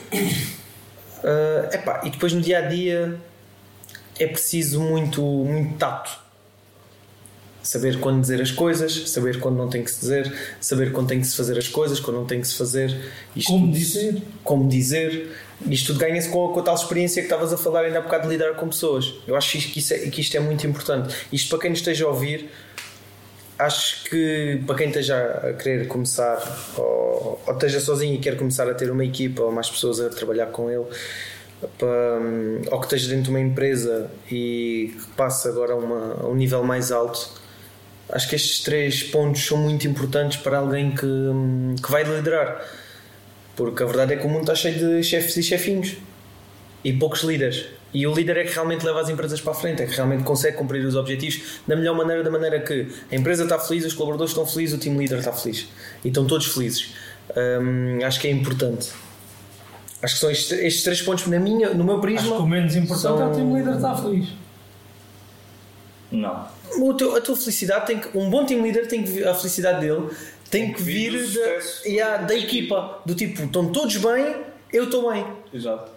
E depois no dia a dia é preciso muito tato. Saber quando dizer as coisas, saber quando não tem que se dizer, saber quando tem que se fazer as coisas, quando não tem que se fazer. Como dizer. Isto tudo ganha-se com a tal experiência que estavas a falar ainda há bocado de lidar com pessoas. Eu acho que isto é muito importante. Isto para quem nos esteja a ouvir, acho que para quem esteja a querer começar ou esteja sozinho e quer começar a ter uma equipa ou mais pessoas a trabalhar com ele, ou que esteja dentro de uma empresa e que passe agora a um nível mais alto, acho que estes 3 pontos são muito importantes para alguém que vai liderar, porque a verdade é que o mundo está cheio de chefes e chefinhos e poucos líderes, e o líder é que realmente leva as empresas para a frente, é que realmente consegue cumprir os objetivos da melhor maneira, da maneira que a empresa está feliz, os colaboradores estão felizes, o team leader está feliz e estão todos felizes. Acho que é importante. Acho que são estes 3 pontos no meu prisma. Acho que o menos importante é o team leader estar feliz. Não. A tua felicidade um bom team leader tem que, a felicidade dele tem que vir da equipa, do tipo, estão todos bem, eu estou bem. Exato.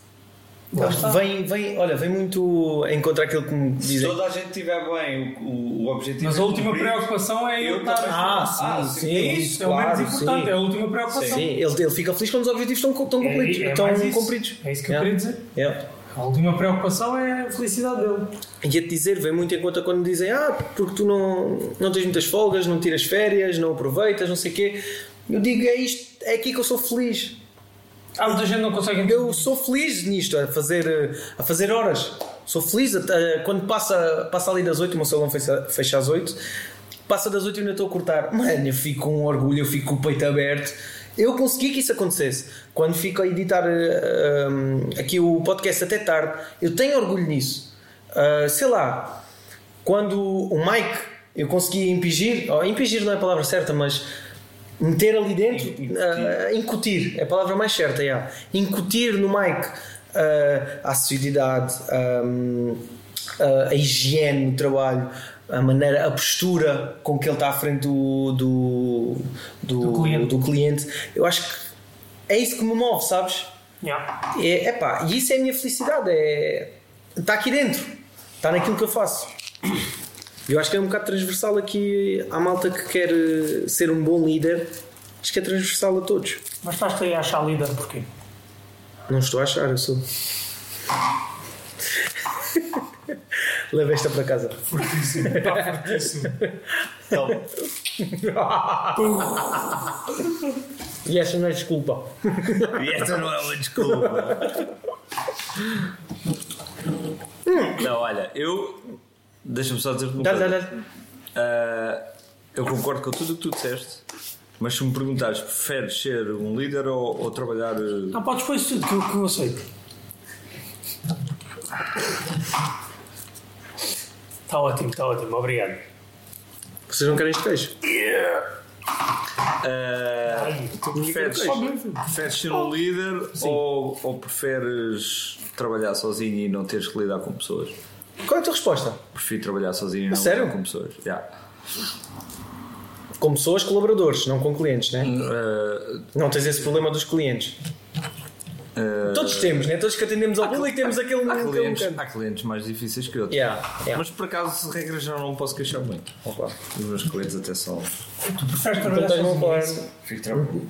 Vem muito em contra aquilo que me dizem. Se toda a gente estiver bem, o objetivo. Mas a última preocupação é eu estar. Sim, isso é o menos importante, é a última preocupação. Sim, ele fica feliz quando os objetivos estão cumpridos. É isso que eu queria dizer. A última preocupação é a felicidade dele. Ia-te dizer, vem muito em conta quando dizem porque tu não tens muitas folgas, não tiras férias, não aproveitas, não sei o quê. Eu digo, é aqui que eu sou feliz. Muita gente não consegue. Eu sou feliz nisto, a fazer horas. Sou feliz quando passa ali das 8, o meu salão fecha às 8, passa das 8 e ainda estou a cortar. Mano, eu fico com orgulho, eu fico com o peito aberto. Eu consegui que isso acontecesse. Quando fico a editar aqui o podcast até tarde, eu tenho orgulho nisso. Sei lá, quando o Mike eu consegui impingir não é a palavra certa, mas meter ali dentro, incutir é a palavra mais certa, incutir no Mike a assiduidade, a higiene no trabalho, a maneira, a postura com que ele está à frente do cliente. Eu acho que é isso que me move, sabes? E isso é a minha felicidade, está aqui dentro, está naquilo que eu faço. Eu acho que é um bocado transversal aqui à malta que quer ser um bom líder. Acho que é transversal a todos. Mas estás-te aí a achar líder porquê? Não estou a achar, eu sou. Leva esta para casa. Fortíssimo, está fortíssimo. Então, E esta não é desculpa. e esta não é uma desculpa. Não, olha, deixa-me só dizer-te uma coisa. Eu concordo com tudo o que tu disseste, mas se me perguntares, preferes ser um líder ou trabalhar... Não, podes pôr isso tudo que eu aceito. Está ótimo, obrigado. Vocês não querem este queijo? Preferes ser um líder ou preferes trabalhar sozinho e não teres que lidar com pessoas? Qual é a tua resposta? Prefiro trabalhar sozinho e não sério? lidar com pessoas. Com pessoas, colaboradores, não com clientes, né? Não tens esse problema dos clientes. Todos temos, né? Todos que atendemos ao público temos aquele há clientes mais difíceis que outros. Mas por acaso, regra já não posso queixar muito. Os meus clientes até são. Tu preferes trabalhar sozinho? Fico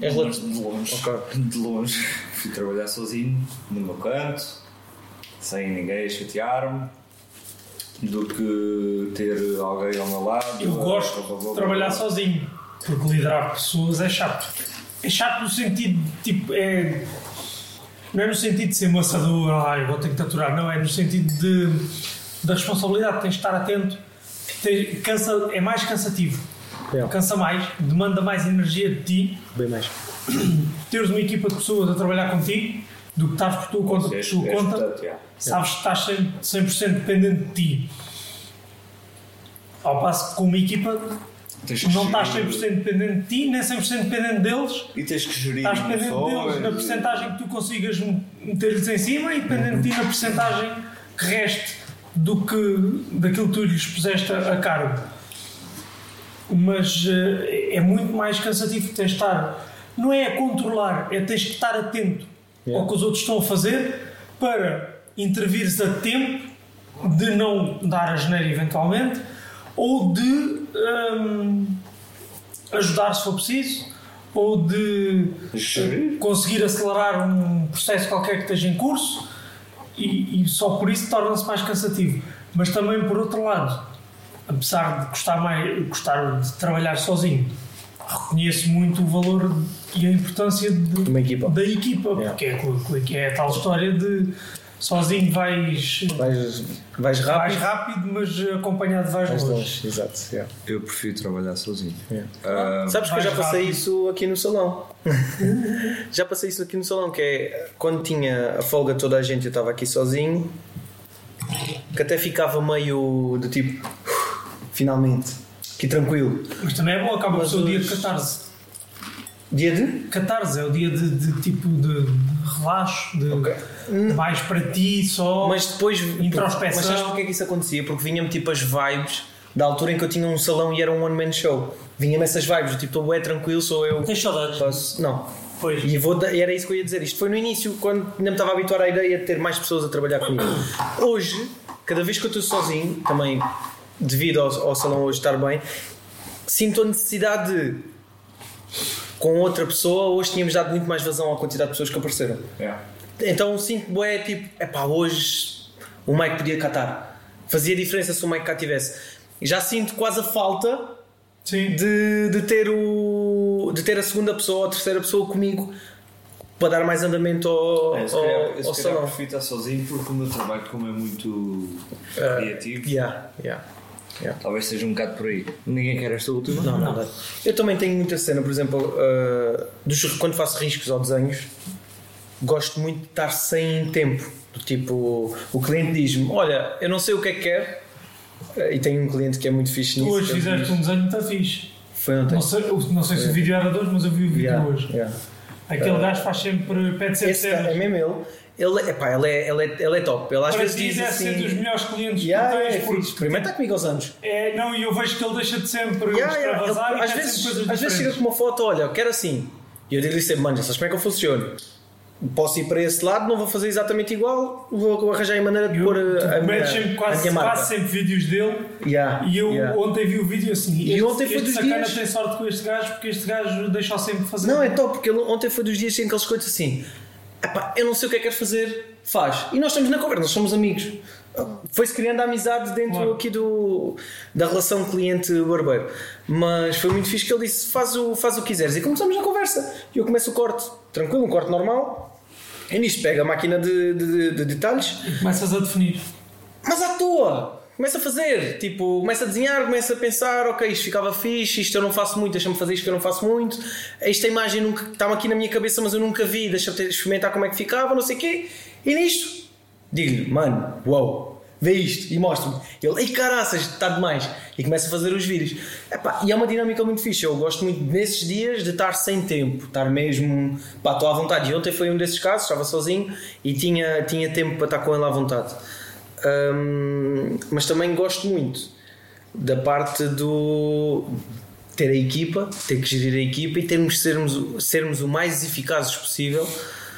de longe. Fui trabalhar sozinho, no meu canto, sem ninguém chatear-me, do que ter alguém ao meu lado. Eu gosto de trabalhar sozinho, porque liderar pessoas é chato. É chato no sentido de tipo. Não é no sentido de ser maçador, eu vou ter que te aturar, não, é no sentido da responsabilidade, tens de estar atento, é mais cansativo, cansa mais, demanda mais energia de ti, bem mais. Teres uma equipa de pessoas a trabalhar contigo, do que estás por tua conta, sabes que estás 100% dependente de ti. Ao passo que com uma equipa não estás 100% dependente de ti, nem 100% dependente deles. E tens que gerir. Estás dependente deles na percentagem que tu consigas meter-lhes em cima e dependente de ti na percentagem que reste daquilo que tu lhes puseste a cargo. Mas é muito mais cansativo. Tens de estar, não é a controlar, tens de estar atento ao que os outros estão a fazer para intervires a tempo de não dar a geneira eventualmente ou de ajudar se for preciso, ou de conseguir acelerar um processo qualquer que esteja em curso, e só por isso torna-se mais cansativo. Mas também, por outro lado, apesar de gostar de trabalhar sozinho, reconheço muito o valor e a importância da equipa, porque é a tal história de sozinho vais rápido, mas acompanhado vais longe. Exato. Eu prefiro trabalhar sozinho. Sabes que eu já passei isso aqui no salão. Já passei isso aqui no salão, que é quando tinha a folga toda a gente, eu estava aqui sozinho, que até ficava meio do tipo finalmente, aqui tranquilo. Mas também é bom, acaba o seu dia de catarse. Dia de? Catarse é o dia de tipo de relaxo, mais para ti só. Mas depois introspeção. Mas sabes porque é que isso acontecia? Porque vinha-me tipo as vibes da altura em que eu tinha um salão e era um one-man show. Vinha-me essas vibes, tipo, estou bem tranquilo, sou eu. Tens saudades? Não. Pois. E era isso que eu ia dizer. Isto foi no início, quando ainda me estava a habituar à ideia de ter mais pessoas a trabalhar comigo. Hoje, cada vez que eu estou sozinho, também devido ao salão hoje estar bem, sinto a necessidade de, com outra pessoa, hoje tínhamos dado muito mais vazão à quantidade de pessoas que apareceram. Então sinto bué, tipo, hoje o Mike podia cá estar. Fazia diferença se o Mike cá estivesse. Já sinto quase a falta de ter a segunda pessoa ou a terceira pessoa comigo para dar mais andamento ao salão. Eu prefiro estar sozinho porque o meu trabalho, como é muito criativo, talvez seja um bocado por aí. Ninguém quer esta última? Não. Eu também tenho muita cena, por exemplo, quando faço riscos ou desenhos, gosto muito de estar sem tempo. Do tipo, o cliente diz-me: olha, eu não sei o que é que quer, E tenho um cliente que é muito fixe nisso. Tu hoje fizeste um desenho muito fixe. Foi ontem. Não sei se o vídeo era de hoje, mas eu vi o vídeo hoje. Aquele gajo faz sempre, pede sempre cenas. É mesmo ele. Ele é top. Ele às vezes diz assim... ser dos melhores clientes que tu tens. Experimenta comigo aos anos. Não, e eu vejo que ele deixa de sempre extravasar e às vezes chega com uma foto, olha, eu quero assim. E eu digo-lhe sempre, mano, sabes como é que eu funciono? Posso ir para esse lado, não vou fazer exatamente igual, vou arranjar a maneira de pôr a minha marca. Quase sempre vídeos dele. E eu ontem vi o vídeo assim. E ontem foi dos dias. Tem sorte com este gajo, porque este gajo deixa sempre fazer. Não, é top, porque ontem foi dos dias em que ele escuta assim: epá, eu não sei o que é que queres fazer, faz. E nós estamos na conversa, nós somos amigos. Foi-se criando a amizade dentro aqui da relação cliente-barbeiro. Mas foi muito fixe que ele disse: faz o que quiseres. E começamos a conversa. E eu começo o corte, tranquilo, um corte normal. E nisto pega a máquina de detalhes e começas a definir. Mas à toa! Começa a fazer, tipo, começa a desenhar, começa a pensar, ok, isto ficava fixe, isto eu não faço muito, deixa-me fazer isto que eu não faço muito, esta imagem nunca estava aqui na minha cabeça, mas eu nunca vi, deixa-me experimentar como é que ficava, não sei o quê. E nisto, digo-lhe, mano, uau, vê isto, e mostra-me. Ele, ei caraças, está demais. E começa a fazer os vídeos. Epá, e é uma dinâmica muito fixe, eu gosto muito nesses dias de estar sem tempo, estar mesmo, pá, estou à vontade. E ontem foi um desses casos, estava sozinho e tinha tempo para estar com ele à vontade. Mas também gosto muito da parte do ter a equipa, ter que gerir a equipa e sermos o mais eficazes possível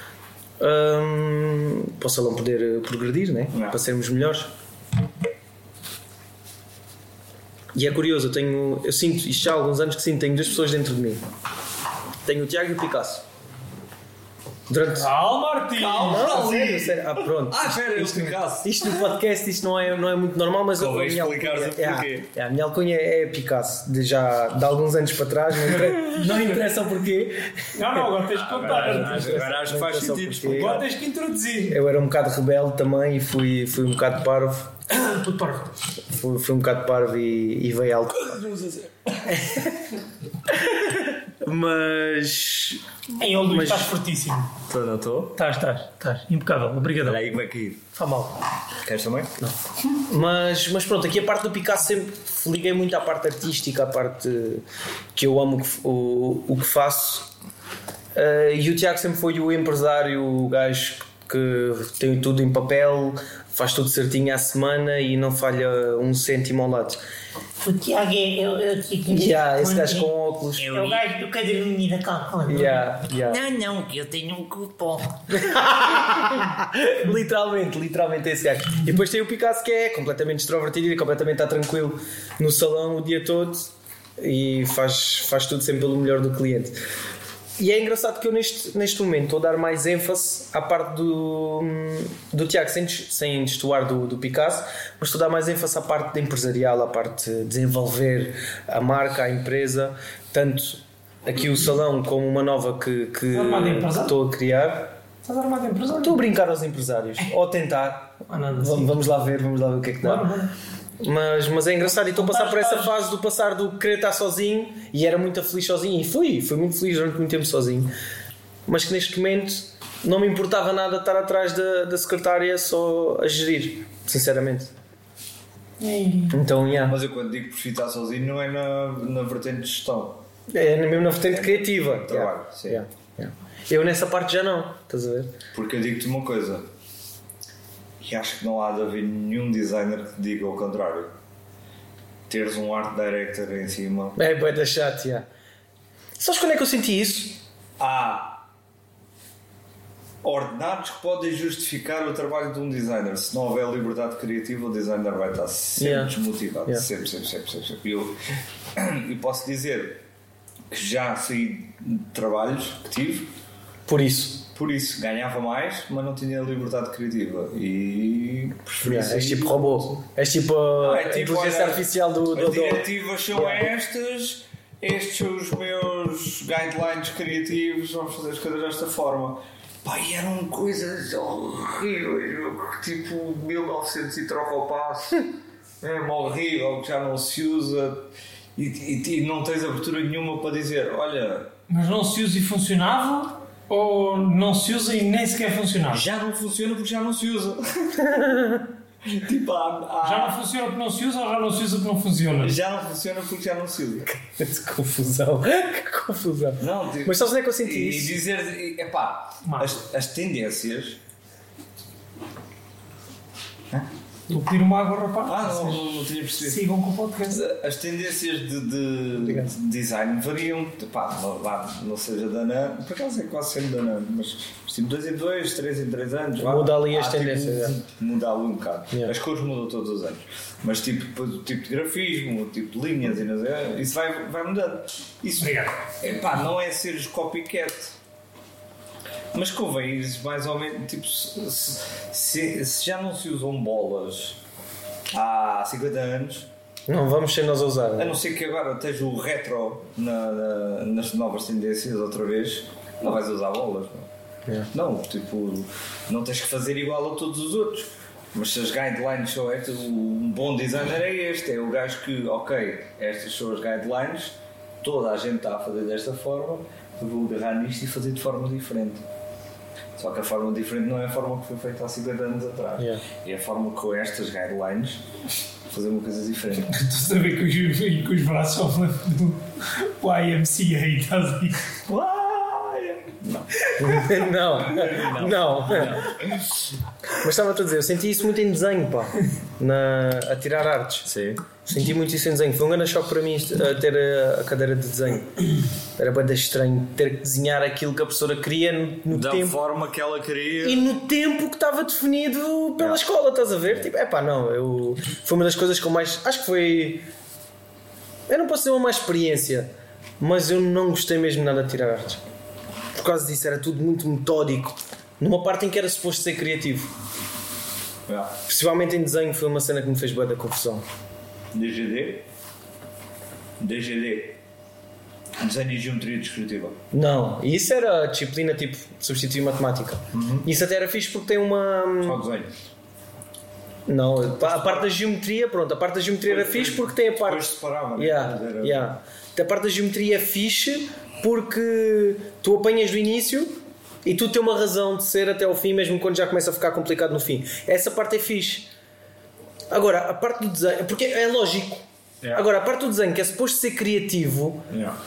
para o salão poder progredir, né? Para sermos melhores. E é curioso, eu sinto, isto já há alguns anos que sinto, tenho duas pessoas dentro de mim. Tenho o Tiago e o Picasso. Calma, Martim! Calma, sério. Pronto. Espera, isto no podcast isto não é muito normal, mas a minha alcunha, a minha alcunha é Picasso, de alguns anos para trás, não interessa o porquê. Não, agora tens que contar. Agora acho que faz sentido. Agora tens que introduzir. Eu era um bocado rebelde também e fui um bocado parvo. Fui um bocado parvo e veio algo. Mas. Em Luís, estás fortíssimo. Não estou? Estás. Impecável. Obrigado. Olha aí como é que ir. Faz mal. Queres também? Não. Mas pronto, aqui a parte do Picasso sempre liguei muito à parte artística, à parte que eu amo o que faço. E o Tiago sempre foi o empresário, o gajo que tem tudo em papel, faz tudo certinho à semana e não falha um cêntimo ao lado. O Tiago é o Tiago. Esse gajo com óculos. É o gajo do caderninho da calculadora. Não, que eu tenho um cupom. literalmente esse gajo. E depois tem o Picasso que é completamente extrovertido e completamente está tranquilo no salão o dia todo e faz tudo sempre pelo melhor do cliente. E é engraçado que eu neste momento estou a dar mais ênfase à parte do Tiago, sem destoar do Picasso, mas estou a dar mais ênfase à parte empresarial, à parte de desenvolver a marca, a empresa, tanto aqui o salão como uma nova que estou a criar. Estás armado em empresário? Estou a brincar aos empresários, ou a tentar. Vamos lá ver o que é que dá. Mas é engraçado e estou a passar por essa fase do passar do querer estar sozinho e era muito feliz sozinho e fui muito feliz durante muito tempo sozinho, mas que neste momento não me importava nada estar atrás da secretária só a gerir, sinceramente. Então, Mas eu quando digo que prefiro estar sozinho não é na vertente de gestão, é mesmo na vertente criativa, trabalho, sim. Eu nessa parte já não, estás a ver? Porque eu digo-te uma coisa, e acho que não há de haver nenhum designer que diga o contrário. Teres um art director em cima. É bué da chato, Sabes quando é que eu senti isso? Há ordenados que podem justificar o trabalho de um designer. Se não houver liberdade criativa, o designer vai estar sempre desmotivado. Sempre. E posso dizer que já saí de trabalhos que tive. Por isso ganhava mais, mas não tinha liberdade criativa e preferia és tipo robô, és tipo a inteligência artificial do as diretivas são estas, estes são os meus guidelines criativos, vamos fazer as coisas desta forma. E eram coisas horríveis, tipo 1900 e troca ao passo, é horrível, que já não se usa e não tens abertura nenhuma para dizer, olha... Mas não se usa e funcionava? Ou não se usa e nem sequer funcionava? Já não funciona porque já não se usa. Tipo, Já não funciona porque não se usa ou já não se usa porque não funciona? já não funciona porque já não se usa. Que confusão. Que confusão. Não, tipo, Mas sabes onde é que eu senti e isso? dizer, epá, as tendências. Estou a pedir uma água, rapaz. Não tinha percebido. Sigam com o podcast. As tendências de design variam, pá, não seja da NAN, por acaso é quase sempre da NAN, mas tipo 2 em 2, 3 em 3 anos. Muda ali as tendências. Muda ali um bocado. Yeah. As cores mudam todos os anos. Mas tipo, depois o tipo de grafismo, o tipo de linhas, e não sei, isso vai mudando. Isso não é seres copycat. Mas convém mais ou menos, tipo, se já não se usam bolas há 50 anos, não vamos ser nós a usar. a não ser que agora esteja o retro nas novas tendências outra vez, não vais usar bolas. Não, não, tipo, não tens que fazer igual a todos os outros. Mas se as guidelines são estas, um bom designer é este, é o gajo que, ok, estas são as guidelines, toda a gente está a fazer desta forma, eu vou agarrar nisto e fazer de forma diferente. Só que a forma diferente não é a forma que foi feita há 50 anos atrás. É a forma com estas guidelines fazer uma coisa diferente. Estou a saber que os braços são do YMCA, estás a ver? Não. Mas estava-te a dizer, eu senti isso muito em desenho, pá. A tirar artes. Sim. Senti muito isso em desenho. Foi um grande choque para mim ter a cadeira de desenho. Era bem estranho ter que desenhar aquilo que a professora queria no da tempo. forma que ela queria. E no tempo que estava definido pela escola, estás a ver? Tipo, foi uma das coisas que eu mais. Acho que foi. Eu não posso dizer uma má experiência, mas eu não gostei mesmo nada de tirar artes. Por causa disso, era tudo muito metódico. Numa parte em que era suposto ser criativo. Principalmente em desenho, foi uma cena que me fez bué da confusão. DGD? Desenho e geometria descritiva. Não, isso era disciplina tipo substituir matemática. Isso até era fixe porque tem uma. Só desenho. Não, a parte da geometria, pronto, a parte da geometria era fixe porque tem a parte. Depois separava, A parte da geometria é fixe porque tu apanhas do início e tu tens uma razão de ser até ao fim, mesmo quando já começa a ficar complicado no fim. Essa parte é fixe. Agora, a parte do desenho, porque é lógico. Agora, a parte do desenho que é suposto ser criativo,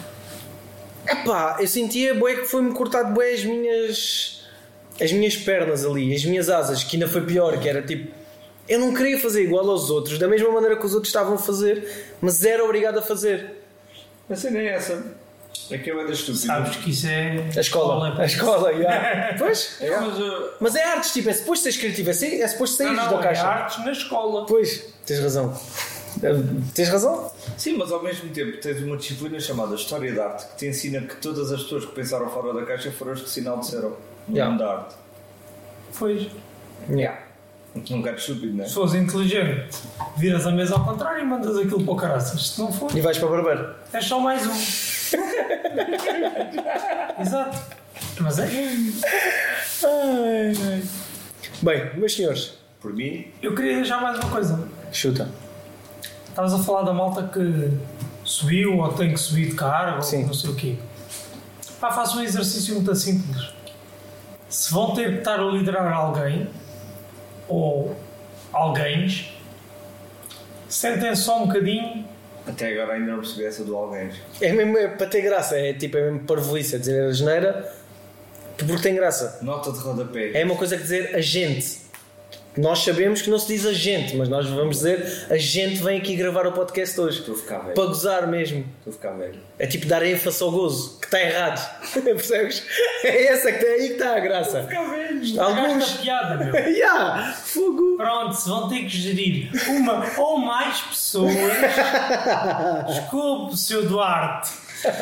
eu sentia bué que foi-me cortado bué as minhas pernas ali, as minhas asas, que ainda foi pior, que era tipo, eu não queria fazer igual aos outros, da mesma maneira que os outros estavam a fazer, mas era obrigado a fazer. A cena é essa. É que é uma das estúpidas. Sabes que isso é a escola. Pois? Mas é artes, tipo, é suposto seres criativo, é suposto sair da caixa. É artes na escola. Pois, tens razão. Tens razão? Sim, mas ao mesmo tempo tens uma disciplina chamada História da Arte que te ensina que todas as pessoas que pensaram fora da caixa foram as que se enalteceram no mundo da arte. Pois. Um bocado estúpido, não é? Se fores inteligente, viras a mesa ao contrário e mandas aquilo para o caraças. Se não for, e vais para o barbeiro. É só mais um. Exato. Mas é. Bem, meus senhores, por mim, eu queria deixar mais uma coisa. Chuta. Estavas a falar da malta que subiu ou tem que subir de cargo ou não sei o quê. Faça um exercício muito simples. Se vão ter que estar a liderar alguém ou alguém, sentem só um bocadinho. Até agora ainda não percebi essa do alguém. É mesmo para ter graça, é mesmo parvoíce, dizer a asneira porque tem graça. Nota de rodapé. É uma coisa que dizer agente. Nós sabemos que não se diz agente, mas nós vamos dizer a gente vem aqui gravar o podcast hoje. Estou a ficar velho. Para gozar mesmo. Estou a ficar velho. É tipo dar ênfase ao gozo, que está errado. Percebes? É essa que aí que está a graça. Estou a ficar velho. Alguns. Piada, meu. Fogo. Pronto, se vão ter que gerir uma ou mais pessoas. Desculpe, Sr. Duarte.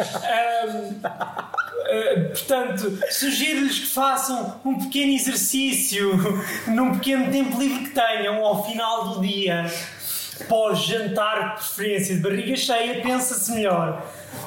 Portanto, sugiro-lhes que façam um pequeno exercício num pequeno tempo livre que tenham ao final do dia, pós-jantar, de preferência de barriga cheia, pensa-se melhor.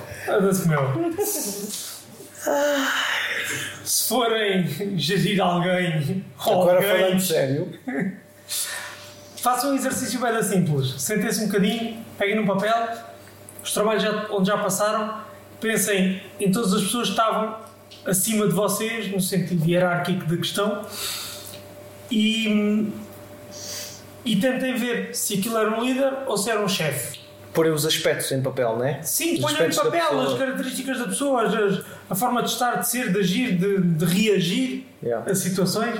Se forem gerir alguém agora falando sério, façam um exercício bem simples. Sentem-se um bocadinho, peguem num papel os trabalhos onde já passaram. Pensem em todas as pessoas que estavam acima de vocês, no sentido hierárquico da questão, e e tentem ver se aquilo era um líder ou se era um chefe. Porem os aspectos em papel, não é? Sim, Os ponham em aspectos da papel pessoa. as características da pessoa, a forma de estar, de ser, de agir, de reagir Yeah. a situações.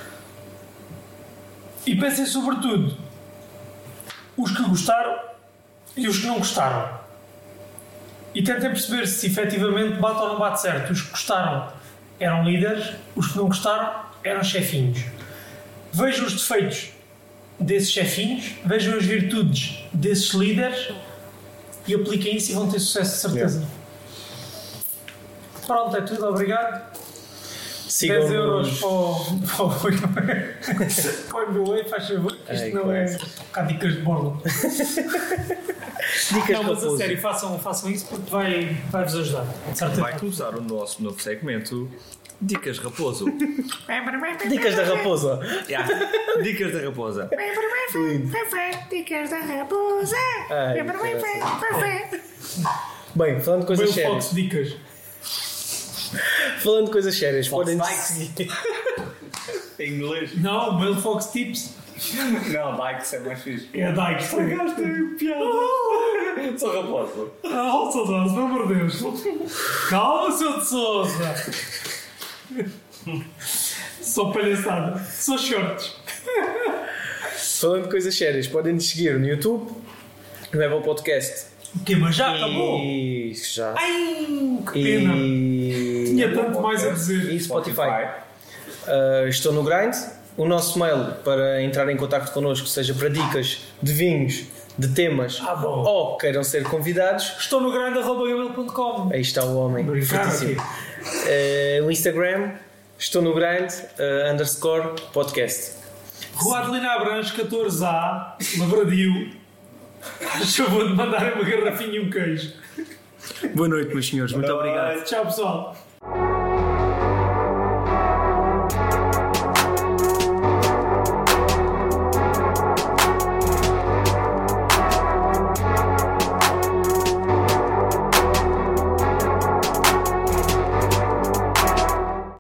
E pensem sobretudo os que gostaram e os que não gostaram. E tentem perceber se efetivamente bate ou não bate certo. Os que gostaram eram líderes, os que não gostaram eram chefinhos. Vejam os defeitos desses chefinhos, vejam as virtudes desses líderes e apliquem isso e vão ter sucesso, de certeza. Yeah. Pronto, é tudo, obrigado. Sigam 10 euros para o MBA, faz favor, que isto não é cá dicas de borla. Dicas Não, mas a Raposo. sério, façam isso porque vai-vos ajudar. de certeza. Vai começar o nosso novo segmento Dicas Raposo. Dicas da Raposa. Yeah. Dicas da Raposa. Dicas da raposa. Ai, bem, falando de coisas Meu sérias. Fox Dicas. Falando de coisas sérias, Fox podem Dykes. seguir. Em inglês? Não, Mail Fox Tips. Não, Dykes é mais fixe. É a Dykes. Piada. Sou Raposo. Oh, saudades, pelo amor de Deus. Calma, seu de Sousa. Só palhaçada. Só shorts. Falando de coisas sérias, podem nos seguir no YouTube, no Apple Podcast. O quê? Mas já acabou? E já. Ai, que pena. E Tinha tanto mais a dizer. e Spotify. Estou no Grind. O nosso mail para entrar em contacto connosco, seja para dicas de vinhos, de temas bom. ou queiram ser convidados, Estou no grind.gmail.com. aí está o homem. Obrigado. Fortíssimo. O Instagram, estou no Grind _podcast. Rua Adelina Abranches, 14A, Lavradio. Faz favor de mandarem uma garrafinha e um queijo. Boa noite, meus senhores. Muito obrigado. Tchau, pessoal.